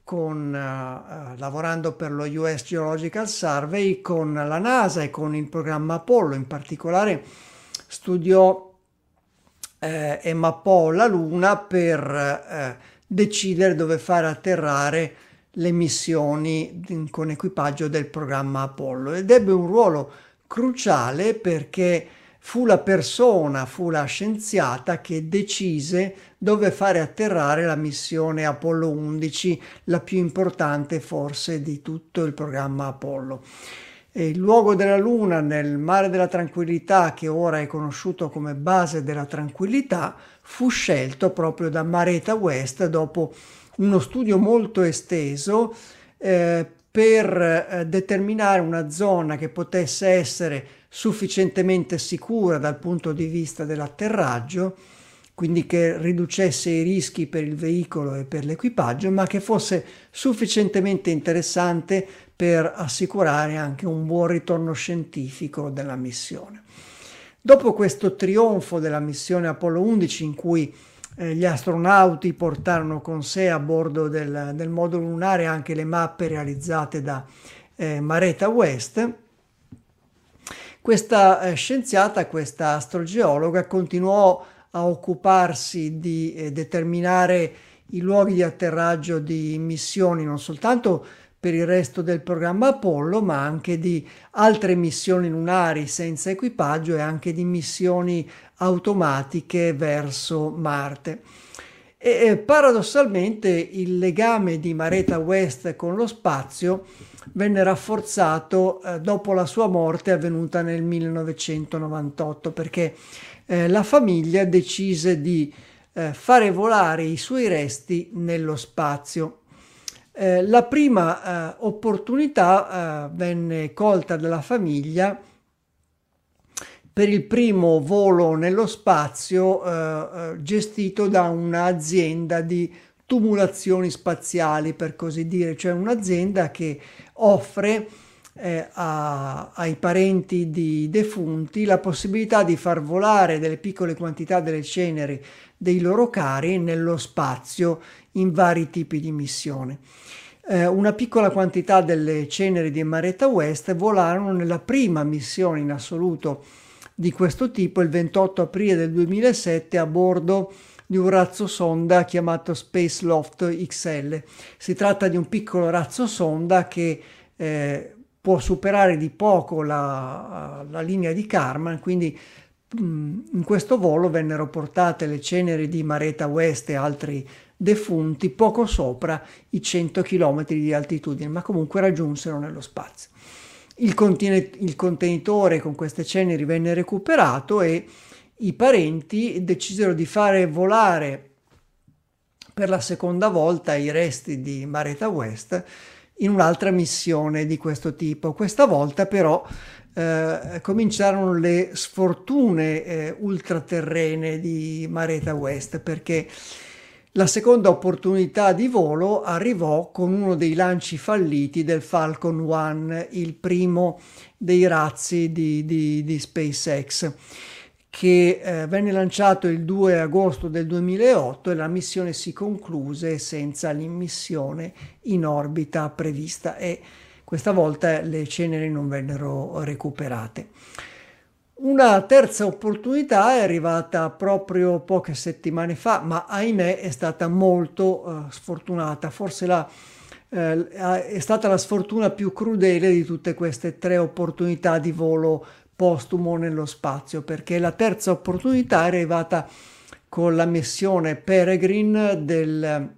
con, uh, lavorando per lo U S Geological Survey con la NASA e con il programma Apollo. In particolare studiò eh, e mappò la Luna per eh, decidere dove fare atterrare le missioni con equipaggio del programma Apollo, ed ebbe un ruolo cruciale perché fu la persona, fu la scienziata che decise dove fare atterrare la missione Apollo undici, la più importante forse di tutto il programma Apollo. E il luogo della Luna nel Mare della Tranquillità, che ora è conosciuto come Base della Tranquillità, fu scelto proprio da Maretta West dopo uno studio molto esteso eh, per eh, determinare una zona che potesse essere sufficientemente sicura dal punto di vista dell'atterraggio, quindi che riducesse i rischi per il veicolo e per l'equipaggio, ma che fosse sufficientemente interessante per assicurare anche un buon ritorno scientifico della missione. Dopo questo trionfo della missione Apollo undici, in cui eh, gli astronauti portarono con sé a bordo del, del modulo lunare anche le mappe realizzate da eh, Maretta West, questa eh, scienziata, questa astrogeologa, continuò a occuparsi di eh, determinare i luoghi di atterraggio di missioni non soltanto per il resto del programma Apollo, ma anche di altre missioni lunari senza equipaggio e anche di missioni automatiche verso Marte. E eh, paradossalmente il legame di Maretta West con lo spazio venne rafforzato eh, dopo la sua morte avvenuta nel millenovecentonovantotto, perché eh, la famiglia decise di eh, fare volare i suoi resti nello spazio. Eh, la prima eh, opportunità eh, venne colta dalla famiglia per il primo volo nello spazio eh, eh, gestito da un'azienda di tumulazioni spaziali, per così dire, cioè un'azienda che offre eh, a, ai parenti di defunti la possibilità di far volare delle piccole quantità delle ceneri dei loro cari nello spazio in vari tipi di missione. Eh, una piccola quantità delle ceneri di Maretta West volarono nella prima missione in assoluto di questo tipo il ventotto aprile del duemilasette a bordo di un razzo sonda chiamato Space Loft X L. Si tratta di un piccolo razzo sonda che eh, può superare di poco la, la linea di Kármán, quindi mh, in questo volo vennero portate le ceneri di Maretta West e altri defunti poco sopra i cento chilometri di altitudine, ma comunque raggiunsero nello spazio. Il, conten- il contenitore con queste ceneri venne recuperato e i parenti decisero di fare volare per la seconda volta i resti di Maretta West in un'altra missione di questo tipo. Questa volta però eh, cominciarono le sfortune eh, ultraterrene di Maretta West, perché la seconda opportunità di volo arrivò con uno dei lanci falliti del Falcon uno, il primo dei razzi di, di, di SpaceX, che eh, venne lanciato il due agosto del duemilaotto e la missione si concluse senza l'immissione in orbita prevista e questa volta le ceneri non vennero recuperate. Una terza opportunità è arrivata proprio poche settimane fa, ma ahimè è stata molto uh, sfortunata, forse la, eh, è stata la sfortuna più crudele di tutte queste tre opportunità di volo postumo nello spazio, perché la terza opportunità è arrivata con la missione Peregrine del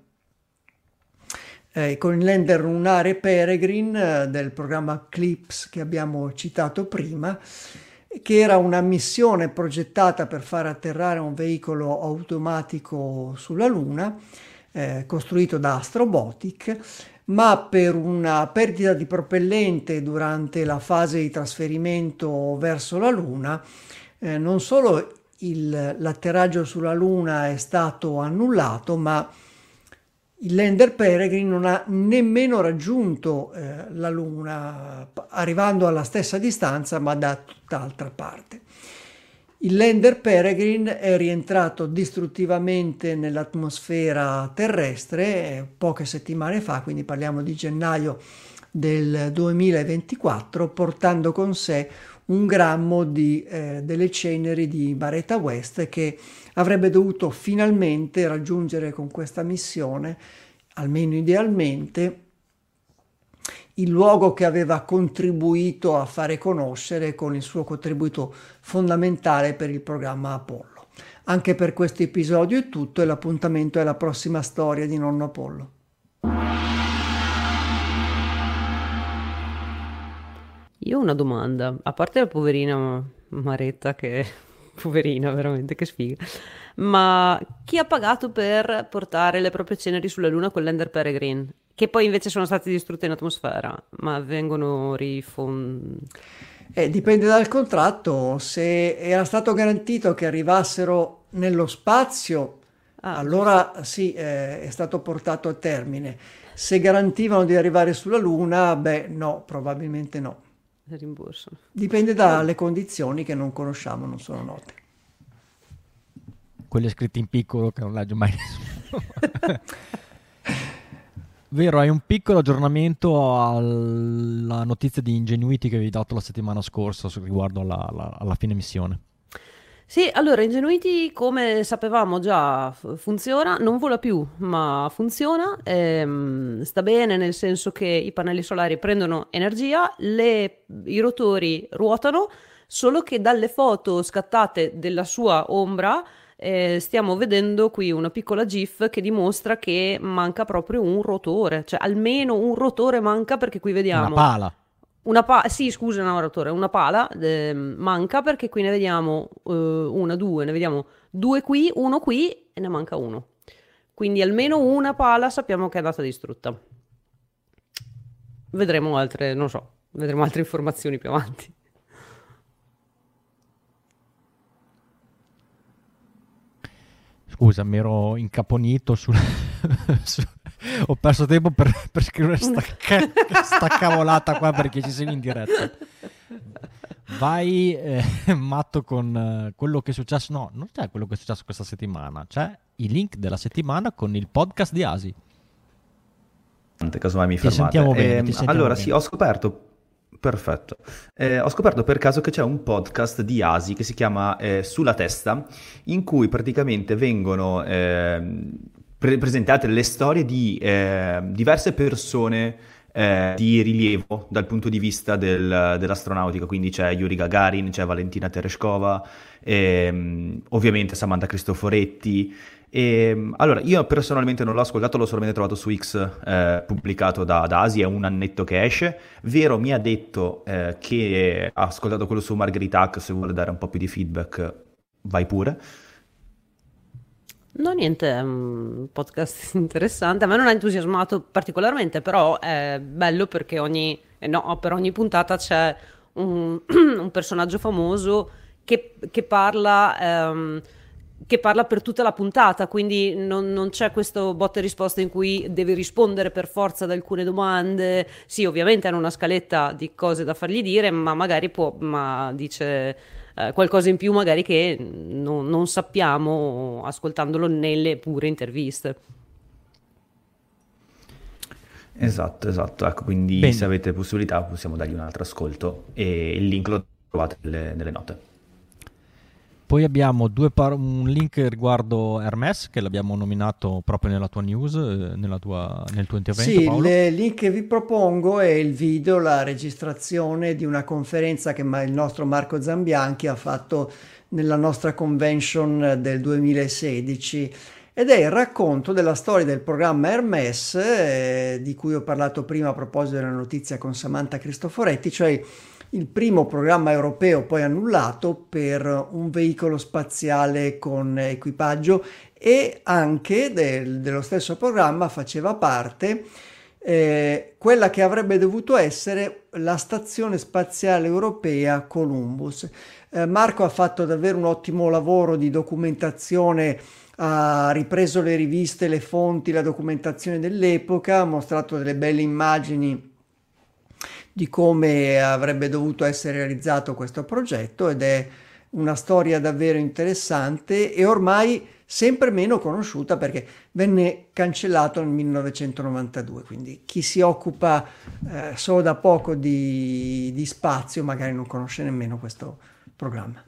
eh, con il lander lunare Peregrine eh, del programma CLIPS che abbiamo citato prima, che era una missione progettata per far atterrare un veicolo automatico sulla Luna, eh, costruito da Astrobotic, ma per una perdita di propellente durante la fase di trasferimento verso la Luna, eh, non solo il, l'atterraggio sulla Luna è stato annullato, ma il lander Peregrine non ha nemmeno raggiunto eh, la Luna, arrivando alla stessa distanza ma da tutt'altra parte. Il lander Peregrine è rientrato distruttivamente nell'atmosfera terrestre eh, poche settimane fa, quindi parliamo di gennaio del duemilaventiquattro, portando con sé un grammo di, eh, delle ceneri di Baretta West, che avrebbe dovuto finalmente raggiungere con questa missione, almeno idealmente, il luogo che aveva contribuito a fare conoscere con il suo contributo fondamentale per il programma Apollo. Anche per questo episodio è tutto, e l'appuntamento è la prossima storia di Nonno Apollo. Io ho una domanda, a parte la poverina Maretta, che poverina veramente, che sfiga, ma chi ha pagato per portare le proprie ceneri sulla Luna con l'Ender Peregrine, che poi invece sono state distrutte in atmosfera, ma vengono rifond... Eh, dipende dal contratto. Se era stato garantito che arrivassero nello spazio, Ah, allora sì, eh, è stato portato a termine. Se garantivano di arrivare sulla Luna, beh, no, probabilmente no. rimborsano. Dipende dalle condizioni che non conosciamo, non sono note. Quelle scritte in piccolo che non legge mai nessuno. Vero, hai un piccolo aggiornamento alla notizia di Ingenuity che avevi dato la settimana scorsa su- riguardo alla, alla- alla fine missione. Sì, allora Ingenuity, come sapevamo già, f- funziona, non vola più, ma funziona, ehm, sta bene nel senso che i pannelli solari prendono energia, le- i rotori ruotano, solo che dalle foto scattate della sua ombra eh, stiamo vedendo qui una piccola GIF che dimostra che manca proprio un rotore, cioè almeno un rotore manca, perché qui Una vediamo... pala. Una pala, sì, scusa, no, rotore, una pala eh, manca, perché qui ne vediamo eh, una, due, ne vediamo due qui, uno qui e ne manca uno. Quindi almeno una pala sappiamo che è andata distrutta. Vedremo altre, non so, vedremo altre informazioni più avanti. Scusa, mi ero incaponito sul... su- Ho perso tempo per, per scrivere sta, ca- sta cavolata qua perché ci segui in diretta. Vai eh, matto con eh, quello che è successo. No, non c'è quello che è successo questa settimana. C'è il link della settimana con il podcast di Asi. Casomai mi Ti fermate. sentiamo bene, Ehm, ti sentiamo allora, bene. sì, ho scoperto. Perfetto. Eh, ho scoperto per caso che c'è un podcast di Asi che si chiama eh, Sulla Testa, in cui praticamente vengono ehm, pre- presentate le storie di eh, diverse persone eh, di rilievo dal punto di vista del- dell'astronautica. Quindi c'è Yuri Gagarin, c'è Valentina Tereshkova, ehm, ovviamente Samantha Cristoforetti. E, allora, io personalmente non l'ho ascoltato, l'ho solamente trovato su X, eh, pubblicato da, da Asi, è un annetto che esce. Vero mi ha detto eh, che ha ascoltato quello su Margherita Hack, se vuole dare un po' più di feedback, vai pure. No, niente, è un podcast interessante. A me non ha entusiasmato particolarmente, però è bello perché ogni, eh no, per ogni puntata c'è un, un personaggio famoso che, che parla, ehm, che parla per tutta la puntata, quindi non, non c'è questo botta e risposta in cui devi rispondere per forza ad alcune domande. Sì, ovviamente hanno una scaletta di cose da fargli dire, ma magari può, ma dice eh, qualcosa in più magari che non, non sappiamo ascoltandolo nelle pure interviste. Esatto, esatto. Ecco, quindi Bene. se avete possibilità possiamo dargli un altro ascolto e il link lo trovate nelle, nelle note. Poi abbiamo due par- un link riguardo Hermes che l'abbiamo nominato proprio nella tua news, eh, nella tua- nel tuo intervento, Sì, Paolo. il link che vi propongo è il video, la registrazione di una conferenza che ma- il nostro Marco Zambianchi ha fatto nella nostra convention del duemilasedici, ed è il racconto della storia del programma Hermes, eh, di cui ho parlato prima a proposito della notizia con Samantha Cristoforetti, cioè il primo programma europeo poi annullato per un veicolo spaziale con equipaggio, e anche del- dello stesso programma faceva parte eh, quella che avrebbe dovuto essere la Stazione Spaziale Europea Columbus. Eh, Marco ha fatto davvero un ottimo lavoro di documentazione, ha ripreso le riviste, le fonti, la documentazione dell'epoca, ha mostrato delle belle immagini di come avrebbe dovuto essere realizzato questo progetto, ed è una storia davvero interessante e ormai sempre meno conosciuta perché venne cancellato nel millenovecentonovantadue, quindi chi si occupa eh, solo da poco di, di spazio magari non conosce nemmeno questo programma.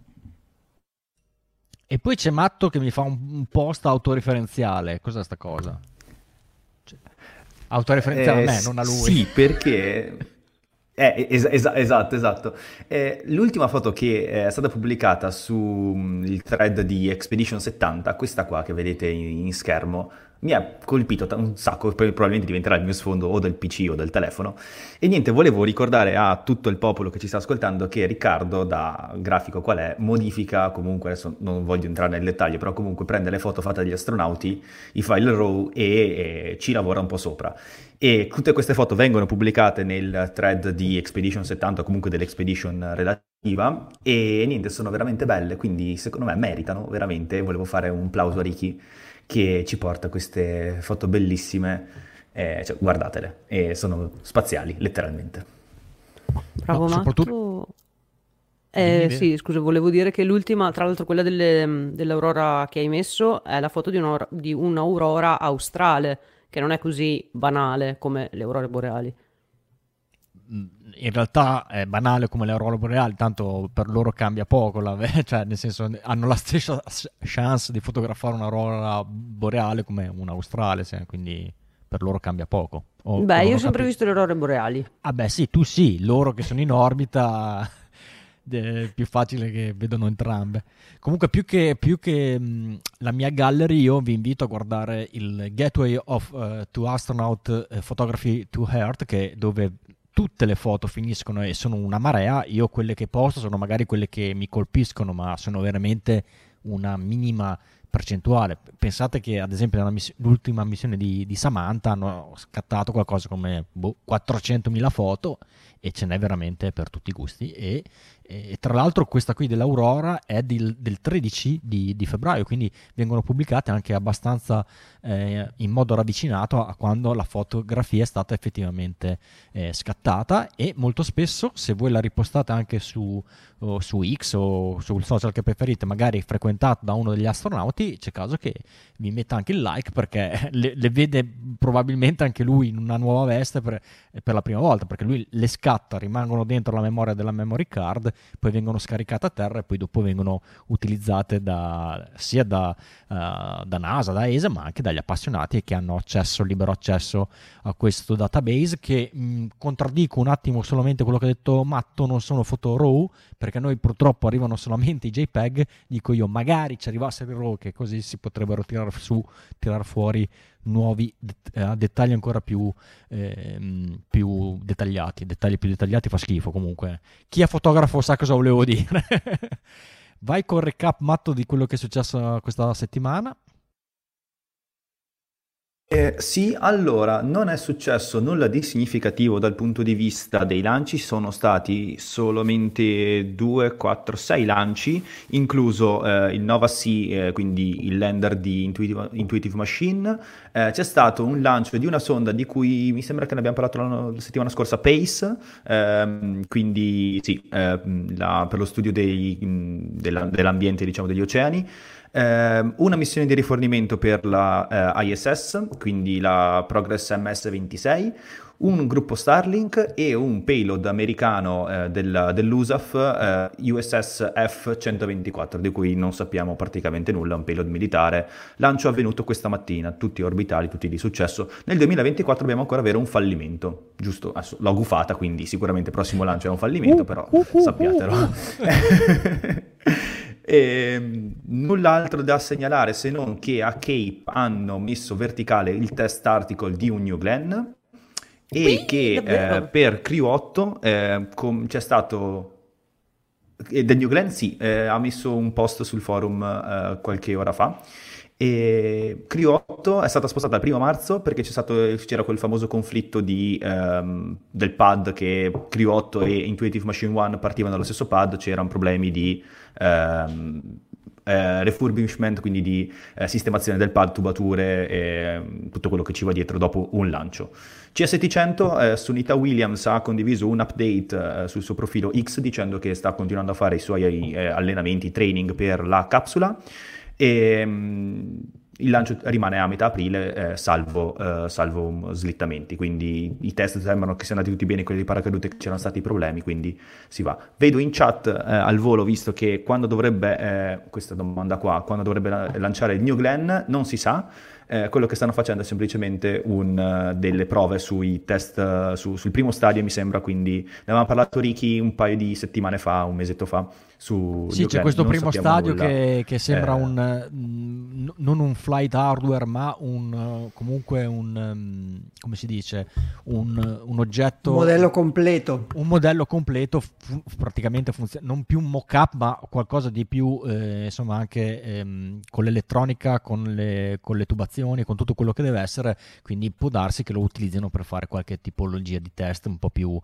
E poi c'è Matto che mi fa un, un post autoreferenziale. Cos'è sta cosa? Cioè, autoreferenziale Eh, a me, non a lui. Sì, perché... Eh, es- es- esatto, esatto. Eh, l'ultima foto che è stata pubblicata sul thread di Expedition settanta, questa qua che vedete in, in schermo, mi ha colpito t- un sacco, poi probabilmente diventerà il mio sfondo o del P C o del telefono. E niente, volevo ricordare a tutto il popolo che ci sta ascoltando che Riccardo, da grafico qual è, modifica comunque, adesso non voglio entrare nel dettaglio, però comunque prende le foto fatte dagli astronauti, i file RAW e, e ci lavora un po' sopra. E tutte queste foto vengono pubblicate nel thread di Expedition settanta o comunque dell'Expedition relativa e niente, sono veramente belle, quindi secondo me meritano veramente. Volevo fare un plauso a Ricky che ci porta queste foto bellissime, eh, cioè, guardatele, e sono spaziali, letteralmente. Bravo No, Matto. soprattutto- Eh, Dimmi, sì, scusa, volevo dire che l'ultima, tra l'altro quella delle- dell'aurora che hai messo, è la foto di un'aur- di un'aurora australe, che non è così banale come le aurore boreali. In realtà è banale come le aurore boreali, tanto per loro cambia poco, la ve- cioè nel senso hanno la stessa s- chance di fotografare un'aurora boreale come un'australe, se- quindi per loro cambia poco. O- Beh, non io ho ho sempre capito. visto le aurore boreali. Ah beh sì, tu sì, loro che sono in orbita è più facile che vedono entrambe. Comunque più che, più che mh, la mia gallery, io vi invito a guardare il Gateway of uh, to Astronaut uh, Photography to Earth, che dove tutte le foto finiscono e sono una marea. Io quelle che posto sono magari quelle che mi colpiscono, ma sono veramente una minima percentuale. Pensate che ad esempio nella miss- l'ultima missione di, di Samantha hanno scattato qualcosa come boh, quattrocentomila foto e ce n'è veramente per tutti i gusti e, e tra l'altro questa qui dell'Aurora è del, del tredici di, di febbraio, quindi vengono pubblicate anche abbastanza eh, in modo ravvicinato a quando la fotografia è stata effettivamente eh, scattata e molto spesso se voi la ripostate anche su, o su X o sul social che preferite, magari frequentato da uno degli astronauti, c'è caso che vi metta anche il like perché le, le vede probabilmente anche lui in una nuova veste per, per la prima volta, perché lui le scatta, rimangono dentro la memoria della memory card, poi vengono scaricate a terra e poi dopo vengono utilizzate da, sia da, uh, da NASA, da E S A, ma anche dagli appassionati e che hanno accesso, libero accesso a questo database che mh, contraddico un attimo solamente quello che ha detto Matto, non sono foto RAW, perché noi purtroppo arrivano solamente i JPEG, dico io magari ci arrivasse il RAW che così si potrebbero tirare su, tirare fuori nuovi det- eh, dettagli ancora più, ehm, più dettagliati. Dettagli più dettagliati fa schifo comunque. Chi è fotografo sa cosa volevo dire. Vai col recap Matto di quello che è successo questa settimana. Eh, sì, allora, non è successo nulla di significativo dal punto di vista dei lanci, sono stati solamente due, quattro, sei lanci, incluso eh, il Nova C, eh, quindi il lander di Intuitive, Intuitive Machine. Eh, c'è stato un lancio di una sonda di cui mi sembra che ne abbiamo parlato la, la settimana scorsa, PACE, ehm, quindi sì, eh, la- per lo studio dei- mh, della- dell'ambiente, diciamo, degli oceani. Eh, una missione di rifornimento per la eh, I S S, quindi la Progress M S ventisei, un gruppo Starlink e un payload americano eh, del- dell'U S A F, eh, U S S F centoventiquattro, di cui non sappiamo praticamente nulla, un payload militare. Lancio avvenuto questa mattina, tutti orbitali, tutti di successo. Nel duemilaventiquattro dobbiamo ancora avere un fallimento, giusto? Adesso l'ho gufata, quindi sicuramente il prossimo lancio è un fallimento, però sappiatelo. E, null'altro da segnalare se non che a Cape hanno messo verticale il test article di un New Glenn e Ui, che davvero? eh, per Crew otto eh, com- c'è stato e del New Glenn sì, eh, ha messo un post sul forum eh, qualche ora fa e Crew otto è stata spostata al primo marzo perché c'è stato, c'era quel famoso conflitto di, ehm, del pad che Crew otto e Intuitive Machine One partivano dallo stesso pad, c'erano problemi di ehm, eh, refurbishment, quindi di eh, sistemazione del pad, tubature e tutto quello che ci va dietro dopo un lancio. C S settecento, eh, Sunita Williams ha condiviso un update eh, sul suo profilo X dicendo che sta continuando a fare i suoi eh, allenamenti, training per la capsula, e mh, il lancio rimane a metà aprile, eh, salvo, eh, salvo slittamenti, quindi i test sembrano che siano andati tutti bene, quelli di paracadute che c'erano stati problemi, quindi si va. Vedo in chat eh, al volo, visto che quando dovrebbe, eh, questa domanda qua, quando dovrebbe la- lanciare il New Glenn, non si sa. Eh, quello che stanno facendo è semplicemente un, uh, delle prove sui test uh, su, sul primo stadio, mi sembra, quindi ne avevamo parlato Ricky un paio di settimane fa, un mesetto fa, su Sì, New c'è Glenn. questo Non primo sappiamo stadio nulla. che, che sembra Eh, un mm, n- non un flight hardware, ma un uh, comunque un um, come si dice, un, un oggetto, Modello completo. un modello completo, fu- praticamente funziona, non più un mock-up, ma qualcosa di più, eh, insomma, anche ehm, con l'elettronica, con le, con le tubazioni, con tutto quello che deve essere, quindi può darsi che lo utilizzino per fare qualche tipologia di test un po' più,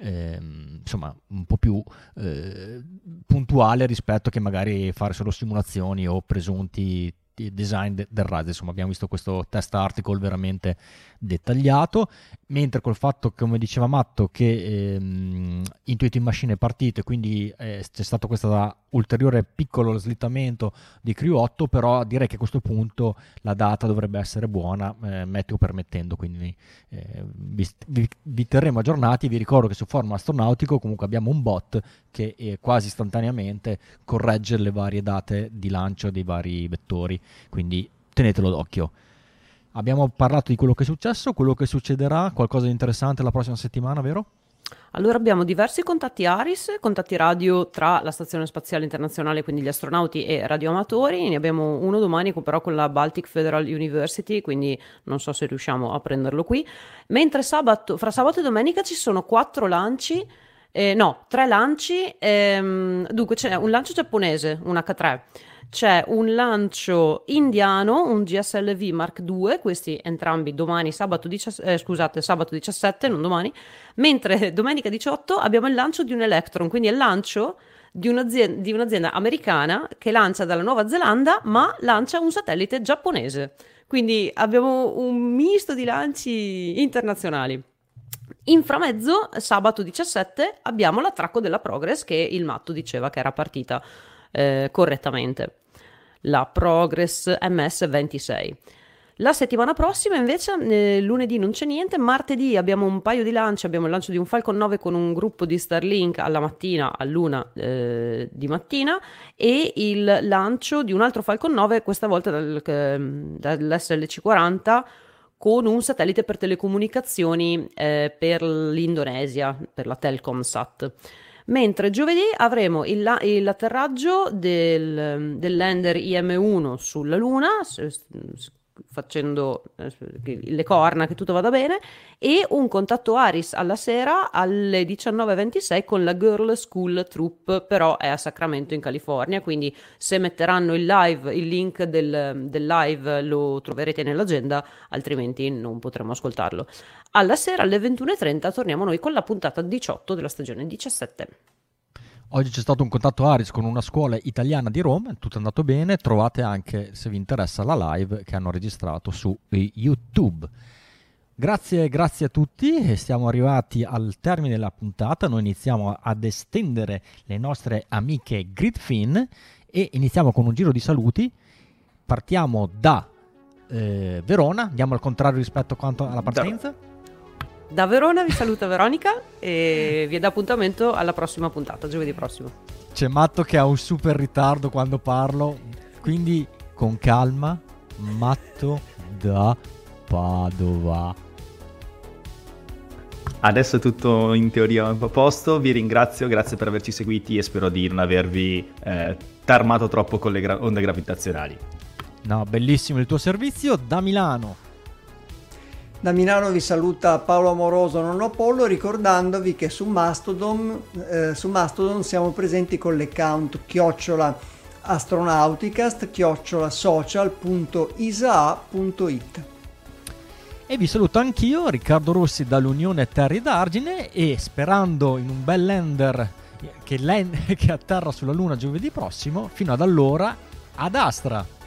ehm, insomma, un po' più eh, puntuale rispetto che magari fare solo simulazioni o presunti di design de- del RAS. Insomma, abbiamo visto questo test article veramente dettagliato, mentre col fatto, come diceva Matto, che ehm, Intuitive Machine è partito e quindi eh, c'è stato questo ulteriore piccolo slittamento di Crew otto, però direi che a questo punto la data dovrebbe essere buona, eh, meteo permettendo, quindi eh, vi, vi, vi terremo aggiornati. Vi ricordo che su Forum Astronautico comunque abbiamo un bot che eh, quasi istantaneamente corregge le varie date di lancio dei vari vettori, quindi tenetelo d'occhio. Abbiamo parlato di quello che è successo, quello che succederà, qualcosa di interessante la prossima settimana, vero? Allora abbiamo diversi contatti ARIS, contatti radio tra la Stazione Spaziale Internazionale, quindi gli astronauti e radioamatori. Ne abbiamo uno domani però con la Baltic Federal University, quindi non so se riusciamo a prenderlo qui. Mentre sabato, fra sabato e domenica ci sono quattro lanci, eh, no, tre lanci. Ehm, dunque c'è un lancio giapponese, un acca tre. C'è un lancio indiano, un G S L V Mark due, questi entrambi domani, sabato, diciassette, eh, scusate, sabato diciassette, non domani, mentre domenica diciotto abbiamo il lancio di un Electron, quindi è il lancio di un'azienda, di un'azienda americana che lancia dalla Nuova Zelanda, ma lancia un satellite giapponese. Quindi abbiamo un misto di lanci internazionali. In framezzo, sabato diciassette, abbiamo l'attracco della Progress che il Matto diceva che era partita eh, correttamente. La Progress M S ventisei. La settimana prossima invece, eh, lunedì non c'è niente, martedì abbiamo un paio di lanci, abbiamo il lancio di un Falcon nove con un gruppo di Starlink alla mattina, all'una eh, di mattina, e il lancio di un altro Falcon nove, questa volta dal, eh, dall'S L C quaranta, con un satellite per telecomunicazioni eh, per l'Indonesia, per la Telkomsat. Mentre giovedì avremo il, la- l'atterraggio del, del lander I M uno sulla Luna, s- s- facendo eh, le corna, che tutto vada bene, e un contatto ARIS alla sera alle diciannove e ventisei con la Girl School Troop, però è a Sacramento in California, quindi se metteranno il live, il link del, del live lo troverete nell'agenda, altrimenti non potremo ascoltarlo. Alla sera alle ventuno e trenta torniamo noi con la puntata diciotto della stagione diciassette. Oggi c'è stato un contatto ARIS con una scuola italiana di Roma, tutto è andato bene. Trovate anche, se vi interessa, la live che hanno registrato su YouTube. Grazie, grazie a tutti, e siamo arrivati al termine della puntata. Noi iniziamo ad estendere le nostre amiche Gridfin e iniziamo con un giro di saluti. Partiamo da eh, Verona, andiamo al contrario rispetto a quanto alla partenza. Da Verona vi saluta Veronica e vi dà appuntamento alla prossima puntata, giovedì prossimo. C'è Matto che ha un super ritardo quando parlo, quindi con calma. Matto da Padova. Adesso è tutto in teoria a posto, vi ringrazio, grazie per averci seguiti e spero di non avervi eh, tarmato troppo con le gra- onde gravitazionali. No, bellissimo il tuo servizio. Da Milano. Da Milano vi saluta Paolo Amoroso Nonno Pollo, ricordandovi che su Mastodon, eh, su Mastodon siamo presenti con l'account chiocciola astronauticast, chiocciola social punto isa punto it. E vi saluto anch'io, Riccardo Rossi dall'Unione Terre d'Argine, e sperando in un bel lander che, land- che atterra sulla Luna giovedì prossimo, fino ad allora Ad Astra!